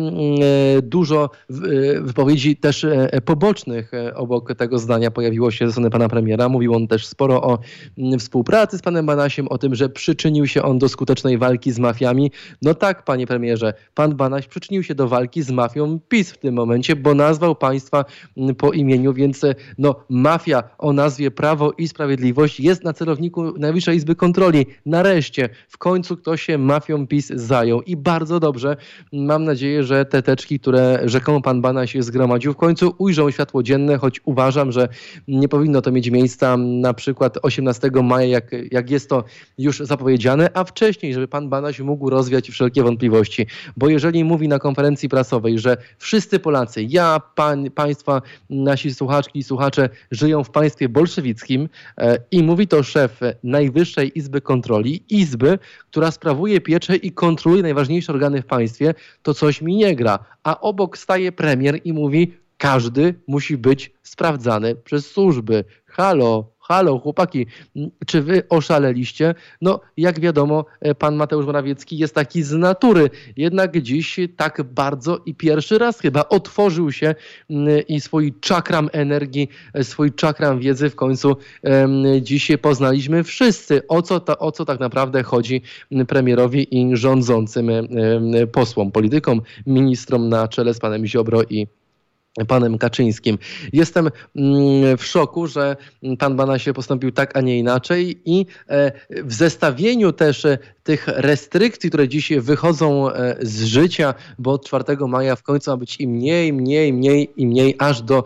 dużo wypowiedzi też pobocznych obok tego zdania pojawiło się ze strony pana premiera. Mówił on też sporo o współpracy z panem Banasiem, o tym, że przyczynił się on do skutecznej walki z mafiami. No tak, panie premierze, pan Banaś przyczynił się do walki z mafią PiS w tym momencie, bo nazwał państwa po imieniu, więc no, mafia o nazwie Prawo i Sprawiedliwość jest na celowniku Najwyższej Izby Kontroli. Nareszcie, w końcu ktoś się mafią PiS zajął i bardzo dobrze. Mam nadzieję, że te teczki, które rzekomo pan Banaś zgromadził, w końcu ujrzą światło dzienne, choć uważam, że nie powinno to mieć miejsca na przykład 18 maja, jak jest to już zapowiedziane, a wcześniej, żeby pan Banaś mógł rozwiać wszelkie wątpliwości. Bo jeżeli mówi na konferencji prasowej, że wszyscy Polacy, ja, państwa, nasi słuchaczki i słuchacze żyją w państwie bolszewickim i mówi to szef Najwyższej Izby Kontroli, izby, która sprawuje pieczę i kontroluje najważniejsze organy w państwie, to coś mi nie gra. A obok staje premier i mówi, każdy musi być sprawdzany przez służby. Halo, chłopaki, czy wy oszaleliście? No, jak wiadomo, pan Mateusz Morawiecki jest taki z natury. Jednak dziś tak bardzo i pierwszy raz chyba otworzył się i swój czakram energii, swój czakram wiedzy w końcu dziś poznaliśmy wszyscy, o co tak naprawdę chodzi premierowi i rządzącym posłom, politykom, ministrom na czele z panem Ziobro i panem Kaczyńskim. Jestem w szoku, że pan Banaś postąpił tak, a nie inaczej i w zestawieniu też tych restrykcji, które dziś wychodzą z życia, bo od 4 maja w końcu ma być i mniej, aż do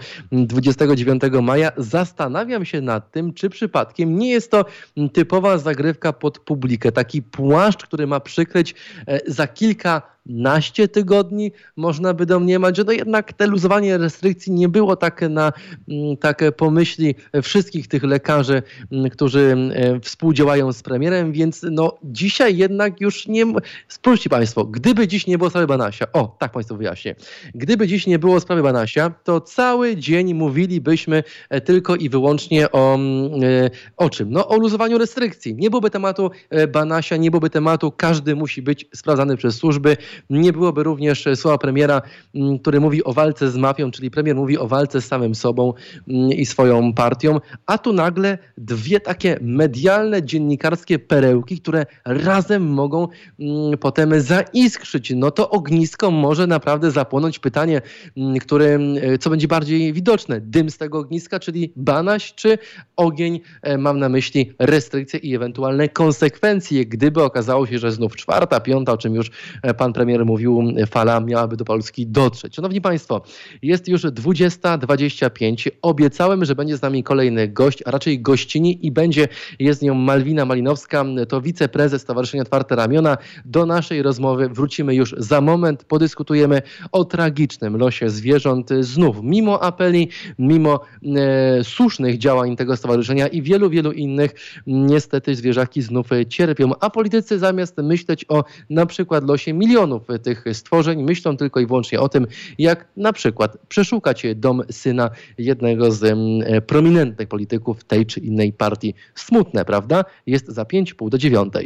29 maja, zastanawiam się nad tym, czy przypadkiem nie jest to typowa zagrywka pod publikę. Taki płaszcz, który ma przykryć za kilka kilkanaście tygodni, można by domniemać, że jednak te luzowanie restrykcji nie było tak pomyśli wszystkich tych lekarzy, którzy współdziałają z premierem, więc dzisiaj jednak już nie... Spójrzcie Państwo, gdyby dziś nie było sprawy Banasia, tak Państwu wyjaśnię, gdyby dziś nie było sprawy Banasia, to cały dzień mówilibyśmy tylko i wyłącznie o czym? O luzowaniu restrykcji. Nie byłoby tematu Banasia, nie byłoby tematu każdy musi być sprawdzany przez służby, nie byłoby również słowa premiera, który mówi o walce z mafią, czyli premier mówi o walce z samym sobą i swoją partią, a tu nagle dwie takie medialne, dziennikarskie perełki, które razem mogą potem zaiskrzyć. To ognisko może naprawdę zapłonąć. Pytanie, co będzie bardziej widoczne? Dym z tego ogniska, czyli Banaś, czy ogień? Mam na myśli restrykcje i ewentualne konsekwencje, gdyby okazało się, że znów czwarta, piąta, o czym już pan premier mówił, fala miałaby do Polski dotrzeć. Szanowni Państwo, jest już 20:25. Obiecałem, że będzie z nami kolejny gość, a raczej gościni i jest nią Malwina Malinowska, to wiceprezes Stowarzyszenia Otwarte Ramiona. Do naszej rozmowy wrócimy już za moment. Podyskutujemy o tragicznym losie zwierząt. Znów, mimo apeli, mimo słusznych działań tego stowarzyszenia i wielu, wielu innych, niestety zwierzaki znów cierpią, a politycy zamiast myśleć o na przykład losie milionów tych stworzeń, myślą tylko i wyłącznie o tym, jak na przykład przeszukać dom syna jednego z prominentnych polityków tej czy innej partii. Smutne, prawda? Jest za 8:55.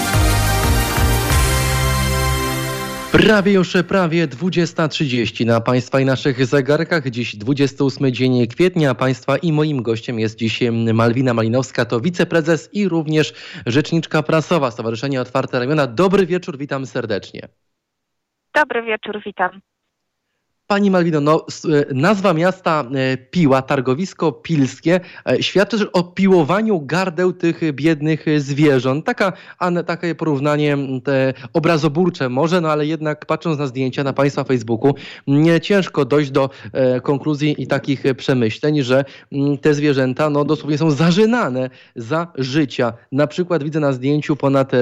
Prawie 20:30 na Państwa i naszych zegarkach. Dziś 28 dzień kwietnia. Państwa i moim gościem jest dziś Malwina Malinowska, to wiceprezes i również rzeczniczka prasowa Stowarzyszenia Otwarte Ramiona. Dobry wieczór, witam serdecznie. Dobry wieczór, witam. Pani Malwino, nazwa miasta Piła, targowisko pilskie, świadczy też o piłowaniu gardeł tych biednych zwierząt. Takie porównanie obrazoburcze może, ale jednak patrząc na zdjęcia na Państwa Facebooku, nie ciężko dojść do konkluzji i takich przemyśleń, że te zwierzęta dosłownie są zażynane za życia. Na przykład widzę na zdjęciu ponad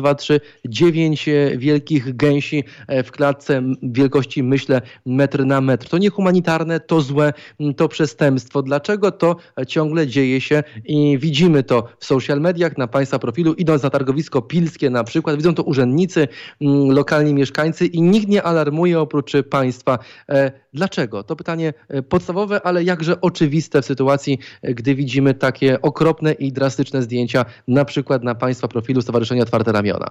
9 wielkich gęsi w klatce wielkości, myślę, metr na metr. To niehumanitarne, to złe, to przestępstwo. Dlaczego to ciągle dzieje się i widzimy to w social mediach, na Państwa profilu, idąc na targowisko pilskie na przykład, widzą to urzędnicy, lokalni mieszkańcy i nikt nie alarmuje oprócz Państwa. Dlaczego? To pytanie podstawowe, ale jakże oczywiste w sytuacji, gdy widzimy takie okropne i drastyczne zdjęcia na przykład na Państwa profilu Stowarzyszenia Otwarte Ramiona.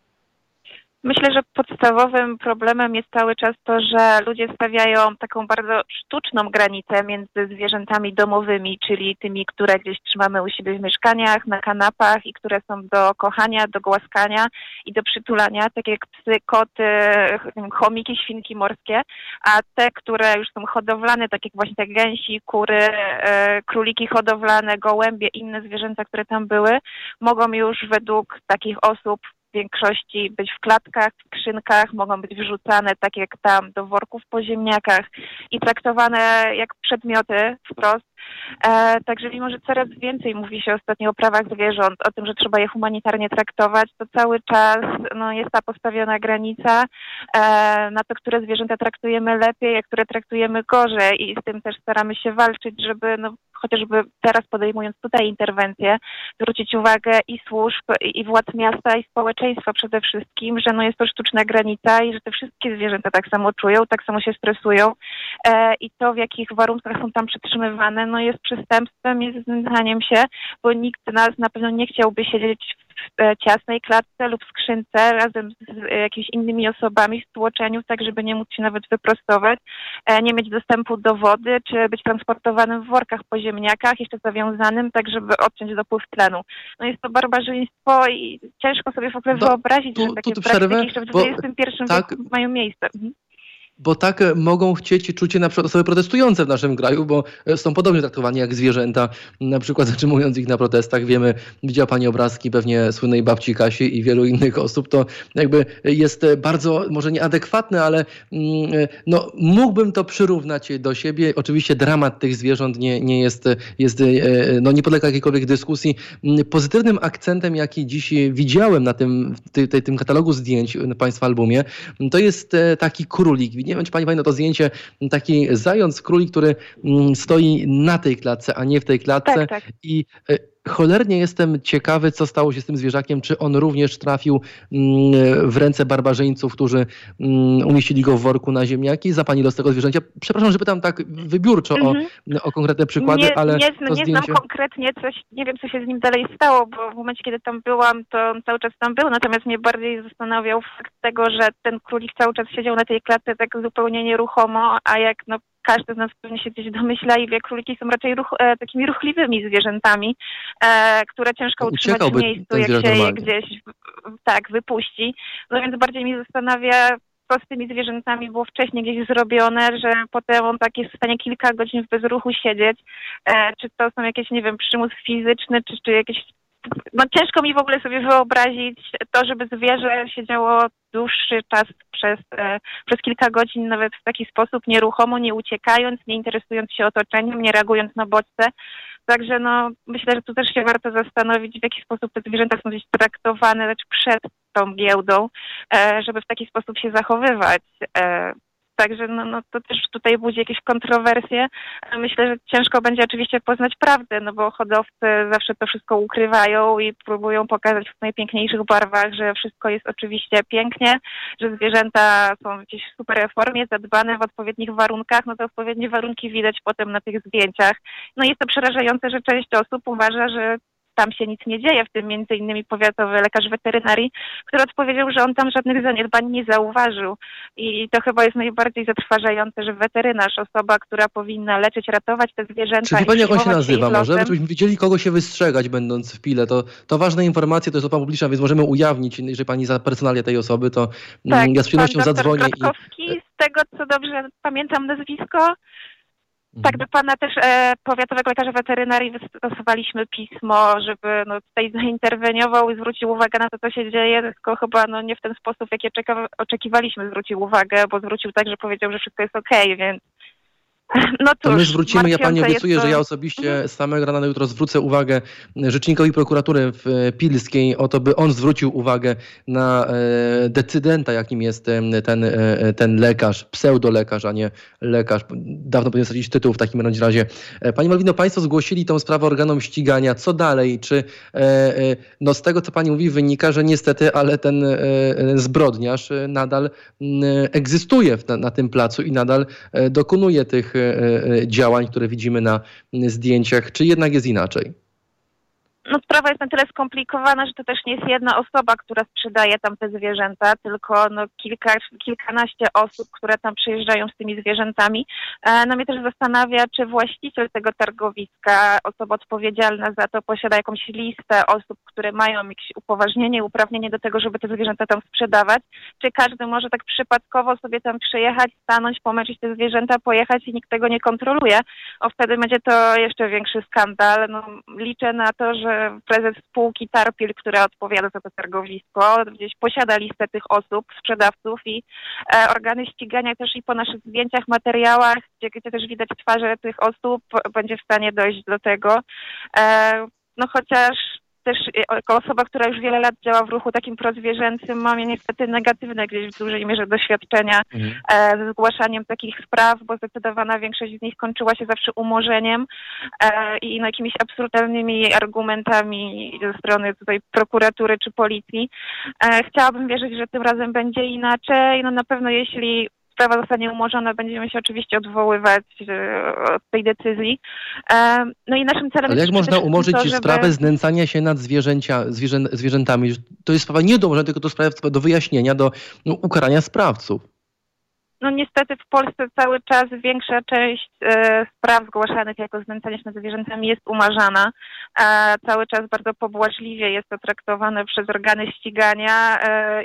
Myślę, że podstawowym problemem jest cały czas to, że ludzie stawiają taką bardzo sztuczną granicę między zwierzętami domowymi, czyli tymi, które gdzieś trzymamy u siebie w mieszkaniach, na kanapach i które są do kochania, do głaskania i do przytulania, tak jak psy, koty, chomiki, świnki morskie, a te, które już są hodowlane, tak jak właśnie te gęsi, kury, króliki hodowlane, gołębie, inne zwierzęta, które tam były, mogą już według takich osób w większości być w klatkach, w skrzynkach, mogą być wrzucane tak jak tam do worków po ziemniakach i traktowane jak przedmioty wprost. Także mimo, że coraz więcej mówi się ostatnio o prawach zwierząt, o tym, że trzeba je humanitarnie traktować, to cały czas jest ta postawiona granica na to, które zwierzęta traktujemy lepiej, a które traktujemy gorzej i z tym też staramy się walczyć, żeby chociażby teraz podejmując tutaj interwencję, zwrócić uwagę i służb, i władz miasta, i społeczeństwa przede wszystkim, że jest to sztuczna granica i że te wszystkie zwierzęta tak samo czują, tak samo się stresują i to, w jakich warunkach są tam przetrzymywane, jest przestępstwem, jest znęcaniem się, bo nikt z nas na pewno nie chciałby siedzieć w ciasnej klatce lub skrzynce razem z jakimiś innymi osobami w stłoczeniu, tak żeby nie móc się nawet wyprostować, nie mieć dostępu do wody, czy być transportowanym w workach po ziemniakach, jeszcze zawiązanym, tak żeby odciąć dopływ tlenu. Jest to barbarzyństwo i ciężko sobie w ogóle wyobrazić, że takie praktyki jeszcze w XXI wieku mają miejsce. Bo tak mogą chcieć czuć na przykład osoby protestujące w naszym kraju, bo są podobnie traktowani jak zwierzęta, na przykład zatrzymując ich na protestach. Wiemy, widziała pani obrazki pewnie słynnej babci Kasi i wielu innych osób. To jakby jest bardzo, może nieadekwatne, ale no, mógłbym to przyrównać do siebie. Oczywiście dramat tych zwierząt nie jest nie podlega jakiejkolwiek dyskusji. Pozytywnym akcentem, jaki dziś widziałem na tym katalogu zdjęć na państwa albumie, to jest taki królik. Nie wiem, czy pani pamięta to zdjęcie, taki zając, królik, który stoi na tej klatce, a nie w tej klatce. Tak. I cholernie jestem ciekawy, co stało się z tym zwierzakiem, czy on również trafił w ręce barbarzyńców, którzy umieścili go w worku na ziemniaki. Za pani los tego zwierzęcia. Przepraszam, że pytam tak wybiórczo o konkretne przykłady, ale nie znam konkretnie nie wiem, co się z nim dalej stało, bo w momencie, kiedy tam byłam, to on cały czas tam był, natomiast mnie bardziej zastanawiał fakt tego, że ten królik cały czas siedział na tej klatce tak zupełnie nieruchomo, a jak każdy z nas pewnie się gdzieś domyśla i wie, króliki są raczej takimi ruchliwymi zwierzętami, które ciężko utrzymać w miejscu, jak się je gdzieś wypuści. No więc bardziej mnie zastanawia, co z tymi zwierzętami było wcześniej gdzieś zrobione, że potem on tak jest w stanie kilka godzin w bezruchu siedzieć. Czy to są jakieś, nie wiem, przymus fizyczny, czy jakieś... No ciężko mi w ogóle sobie wyobrazić to, żeby zwierzę siedziało dłuższy czas przez kilka godzin nawet w taki sposób nieruchomo, nie uciekając, nie interesując się otoczeniem, nie reagując na bodźce. Także myślę, że tu też się warto zastanowić, w jaki sposób te zwierzęta są gdzieś traktowane przed tą giełdą, żeby w taki sposób się zachowywać. Także to też tutaj budzi jakieś kontrowersje. Myślę, że ciężko będzie oczywiście poznać prawdę, bo hodowcy zawsze to wszystko ukrywają i próbują pokazać w najpiękniejszych barwach, że wszystko jest oczywiście pięknie, że zwierzęta są gdzieś w super formie, zadbane w odpowiednich warunkach. Te odpowiednie warunki widać potem na tych zdjęciach. Jest to przerażające, że część osób uważa, że tam się nic nie dzieje, w tym między innymi powiatowy lekarz weterynarii, który odpowiedział, że on tam żadnych zaniedbań nie zauważył. I to chyba jest najbardziej zatrważające, że weterynarz, osoba, która powinna leczyć, ratować te zwierzęta... Czy wie pani, jak on się nazywa może? Żebyśmy wiedzieli, kogo się wystrzegać, będąc w Pile. To ważne informacje, to jest osoba publiczna, więc możemy ujawnić, jeżeli pani za personalię tej osoby, to ja z przyjemnością zadzwonię. Gladkowski, z tego co dobrze pamiętam nazwisko. Tak, do pana też powiatowego lekarza weterynarii wystosowaliśmy pismo, żeby tutaj zainterweniował i zwrócił uwagę na to, co się dzieje, tylko chyba nie w ten sposób, jaki oczekiwaliśmy, zwrócił uwagę, bo zwrócił tak, że powiedział, że wszystko jest okej, więc to my zwrócimy, ja pani obiecuję, że ja osobiście z samego rana na jutro zwrócę uwagę rzecznikowi prokuratury pilskiej o to, by on zwrócił uwagę na decydenta, jakim jest ten lekarz, pseudolekarz, a nie lekarz. Dawno powinien stracić tytuł w takim razie. Pani Malwino, państwo zgłosili tą sprawę organom ścigania. Co dalej? Czy z tego, co pani mówi, wynika, że niestety, ale ten zbrodniarz nadal egzystuje na tym placu i nadal dokonuje tych działań, które widzimy na zdjęciach, czy jednak jest inaczej? Sprawa jest na tyle skomplikowana, że to też nie jest jedna osoba, która sprzedaje tam te zwierzęta, tylko kilkanaście osób, które tam przyjeżdżają z tymi zwierzętami. Mnie też zastanawia, czy właściciel tego targowiska, osoba odpowiedzialna za to, posiada jakąś listę osób, które mają jakieś upoważnienie, uprawnienie do tego, żeby te zwierzęta tam sprzedawać. Czy każdy może tak przypadkowo sobie tam przyjechać, stanąć, pomęczyć te zwierzęta, pojechać i nikt tego nie kontroluje? Wtedy będzie to jeszcze większy skandal. Liczę na to, że prezes spółki Tarpil, która odpowiada za to targowisko, gdzieś posiada listę tych osób, sprzedawców i organy ścigania też i po naszych zdjęciach, materiałach, gdzie też widać twarze tych osób, będzie w stanie dojść do tego. Chociaż też jako osoba, która już wiele lat działa w ruchu takim prozwierzęcym, mam niestety negatywne gdzieś w dużej mierze doświadczenia ze zgłaszaniem takich spraw, bo zdecydowana większość z nich kończyła się zawsze umorzeniem i jakimiś absurdalnymi argumentami ze strony tutaj prokuratury czy policji. Chciałabym wierzyć, że tym razem będzie inaczej. Na pewno jeśli sprawa zostanie umorzona, będziemy się oczywiście odwoływać od tej decyzji. I naszym celem Ale jest... jak można umorzyć sprawę znęcania się nad zwierzętami? To jest sprawa nie do umorzenia, tylko to sprawa do wyjaśnienia, do ukarania sprawców. Niestety w Polsce cały czas większa część spraw zgłaszanych jako znęcanie się nad zwierzętami jest umarzana. Cały czas bardzo pobłażliwie jest to traktowane przez organy ścigania.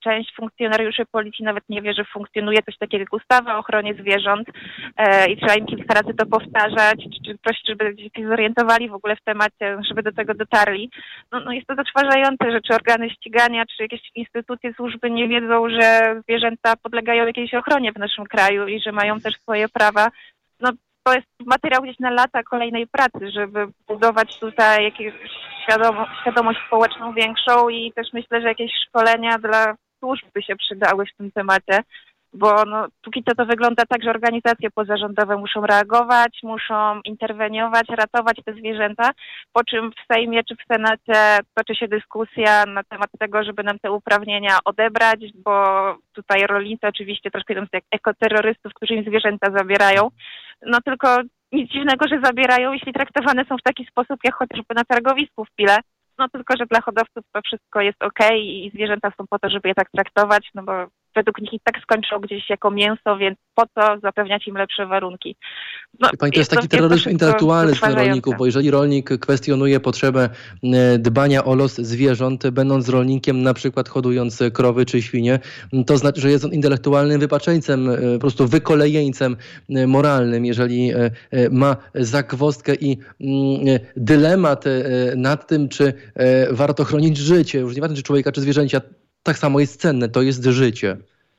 część funkcjonariuszy policji nawet nie wie, że funkcjonuje coś takiego jak ustawa o ochronie zwierząt i trzeba im kilka razy to powtarzać, czy prosić, żeby się zorientowali w ogóle w temacie, żeby do tego dotarli. No jest to zatrważające, że czy organy ścigania, czy jakieś instytucje, służby nie wiedzą, że zwierzęta podlegają jakiejś ochronie w naszym kraju i że mają też swoje prawa. No to jest materiał gdzieś na lata kolejnej pracy, żeby budować tutaj jakąś świadomość społeczną większą i też myślę, że jakieś szkolenia dla służb by się przydały w tym temacie, bo no, póki co to wygląda tak, że organizacje pozarządowe muszą reagować, muszą interweniować, ratować te zwierzęta, po czym w Sejmie czy w Senacie toczy się dyskusja na temat tego, żeby nam te uprawnienia odebrać, bo tutaj rolnicy oczywiście troszkę idą jak ekoterrorystów, którzy im zwierzęta zabierają. No tylko nic dziwnego, że zabierają, jeśli traktowane są w taki sposób, jak chociażby na targowisku w Pile. No tylko, że dla hodowców to wszystko jest okej i zwierzęta są po to, żeby je tak traktować, no bo według nich i tak skończą gdzieś jako mięso, więc po co zapewniać im lepsze warunki? No, Pani, to jest taki terroryzm intelektualny dla rolników, bo jeżeli rolnik kwestionuje potrzebę dbania o los zwierząt, będąc rolnikiem, na przykład hodując krowy czy świnie, to znaczy, że jest on intelektualnym wypaczeńcem, po prostu wykolejeńcem moralnym, jeżeli ma zagwozdkę i dylemat nad tym, czy warto chronić życie, już nieważne czy człowieka, czy zwierzęcia, tak samo jest cenne, to jest życie.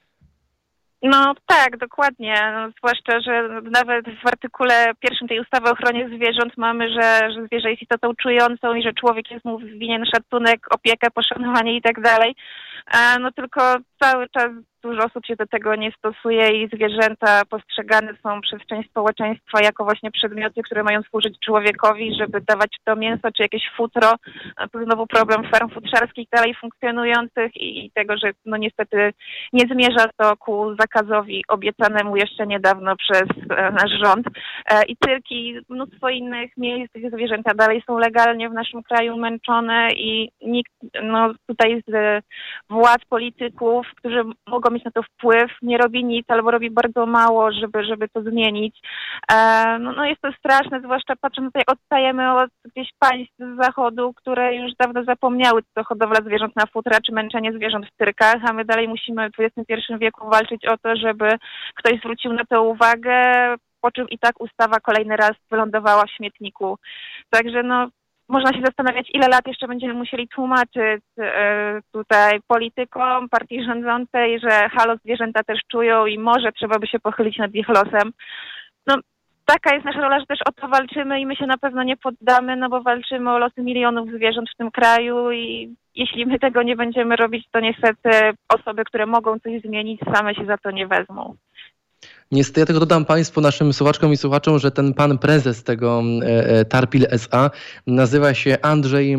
No tak, dokładnie. No, zwłaszcza, że nawet w artykule 1 tej ustawy o ochronie zwierząt mamy, że zwierzę jest istotą czującą i że człowiek jest mu winien szacunek, opiekę, poszanowanie i tak dalej. No tylko cały czas dużo osób się do tego nie stosuje i zwierzęta postrzegane są przez część społeczeństwa jako właśnie przedmioty, które mają służyć człowiekowi, żeby dawać to mięso czy jakieś futro. Tu znowu problem farm futrzarskich dalej funkcjonujących i tego, że no niestety nie zmierza to ku zakazowi obiecanemu jeszcze niedawno przez nasz rząd. I cyrki, mnóstwo innych miejsc, gdzie zwierzęta dalej są legalnie w naszym kraju męczone i nikt tutaj z władz, polityków, którzy mogą mieć na to wpływ, nie robi nic albo robi bardzo mało, żeby to zmienić. No jest to straszne, zwłaszcza patrząc tutaj, odstajemy od gdzieś państw z zachodu, które już dawno zapomniały, co hodowla zwierząt na futra, czy męczenie zwierząt w cyrkach, a my dalej musimy w XXI wieku walczyć o to, żeby ktoś zwrócił na to uwagę, po czym i tak ustawa kolejny raz wylądowała w śmietniku. Także można się zastanawiać, ile lat jeszcze będziemy musieli tłumaczyć tutaj politykom, partii rządzącej, że halo, zwierzęta też czują i może trzeba by się pochylić nad ich losem. No, taka jest nasza rola, że też o to walczymy i my się na pewno nie poddamy, bo walczymy o losy milionów zwierząt w tym kraju i jeśli my tego nie będziemy robić, to niestety osoby, które mogą coś zmienić, same się za to nie wezmą. Niestety, ja tylko dodam Państwu, naszym słuchaczkom i słuchaczom, że ten pan prezes tego Tarpil S.A. nazywa się Andrzej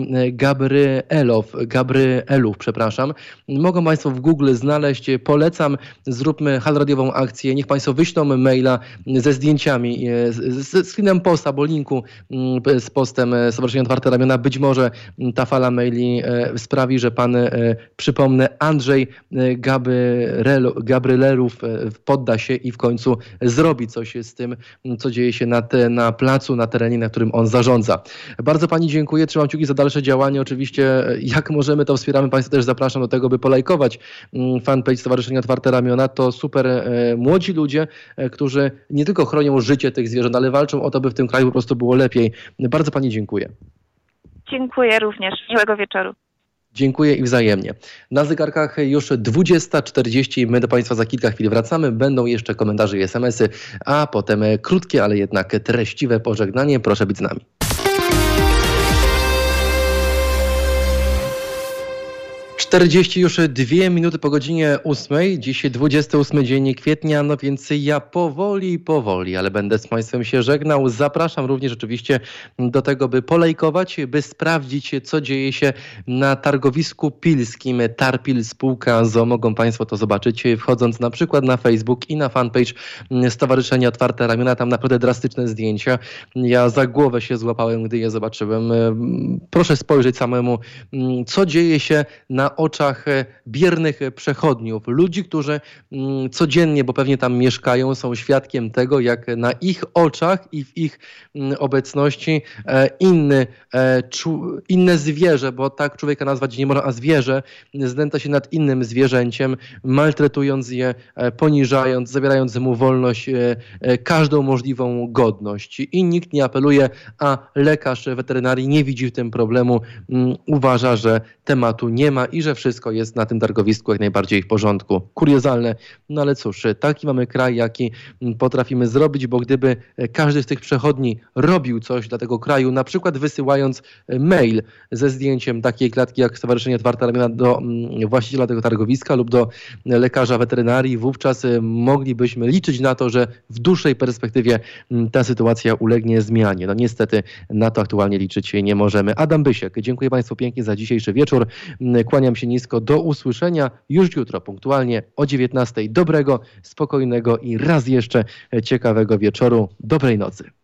Gabryelów. Mogą Państwo w Google znaleźć, polecam, zróbmy haloradiową akcję, niech Państwo wyślą maila ze zdjęciami, ze screenem posta, bo linku z postem Stowarzyszenia Otwarte Ramiona, być może ta fala maili sprawi, że pan, przypomnę, Andrzej Gabryelów podda się i w końcu zrobi coś z tym, co dzieje się na placu, na terenie, na którym on zarządza. Bardzo Pani dziękuję, trzymam kciuki za dalsze działanie. Oczywiście jak możemy, to wspieramy. Państwa też zapraszam do tego, by polajkować fanpage Stowarzyszenia Otwarte Ramiona. To super młodzi ludzie, którzy nie tylko chronią życie tych zwierząt, ale walczą o to, by w tym kraju po prostu było lepiej. Bardzo Pani dziękuję. Dziękuję również. Miłego wieczoru. Dziękuję i wzajemnie. Na zegarkach już 20:40. My do Państwa za kilka chwil wracamy. Będą jeszcze komentarze i SMS-y, a potem krótkie, ale jednak treściwe pożegnanie. Proszę być z nami. 42 minuty po godzinie 8. Dziś 28 dzień kwietnia, no więc ja powoli, ale będę z Państwem się żegnał. Zapraszam również oczywiście do tego, by polajkować, by sprawdzić, co dzieje się na targowisku pilskim Tarpil Spółka ZOO. Mogą Państwo to zobaczyć, wchodząc na przykład na Facebook i na fanpage Stowarzyszenia Otwarte Ramiona. Tam naprawdę drastyczne zdjęcia. Ja za głowę się złapałem, gdy je zobaczyłem. Proszę spojrzeć samemu, co dzieje się na oczach biernych przechodniów, ludzi, którzy codziennie, bo pewnie tam mieszkają, są świadkiem tego, jak na ich oczach i w ich obecności inne zwierzę, bo tak człowieka nazwać nie można, a zwierzę znęta się nad innym zwierzęciem, maltretując je, poniżając, zabierając mu wolność, każdą możliwą godność. I nikt nie apeluje, a lekarz weterynarii nie widzi w tym problemu, uważa, że tematu nie ma i że wszystko jest na tym targowisku jak najbardziej w porządku. Kuriozalne, no ale cóż, taki mamy kraj, jaki potrafimy zrobić, bo gdyby każdy z tych przechodni robił coś dla tego kraju, na przykład wysyłając mail ze zdjęciem takiej klatki jak Stowarzyszenie Otwarta Ramiona do właściciela tego targowiska lub do lekarza weterynarii, wówczas moglibyśmy liczyć na to, że w dłuższej perspektywie ta sytuacja ulegnie zmianie. No niestety na to aktualnie liczyć nie możemy. Adam Bysiek, dziękuję Państwu pięknie za dzisiejszy wieczór. Kłaniam się nisko. Do usłyszenia już jutro punktualnie o 19:00. Dobrego, spokojnego i raz jeszcze ciekawego wieczoru. Dobrej nocy.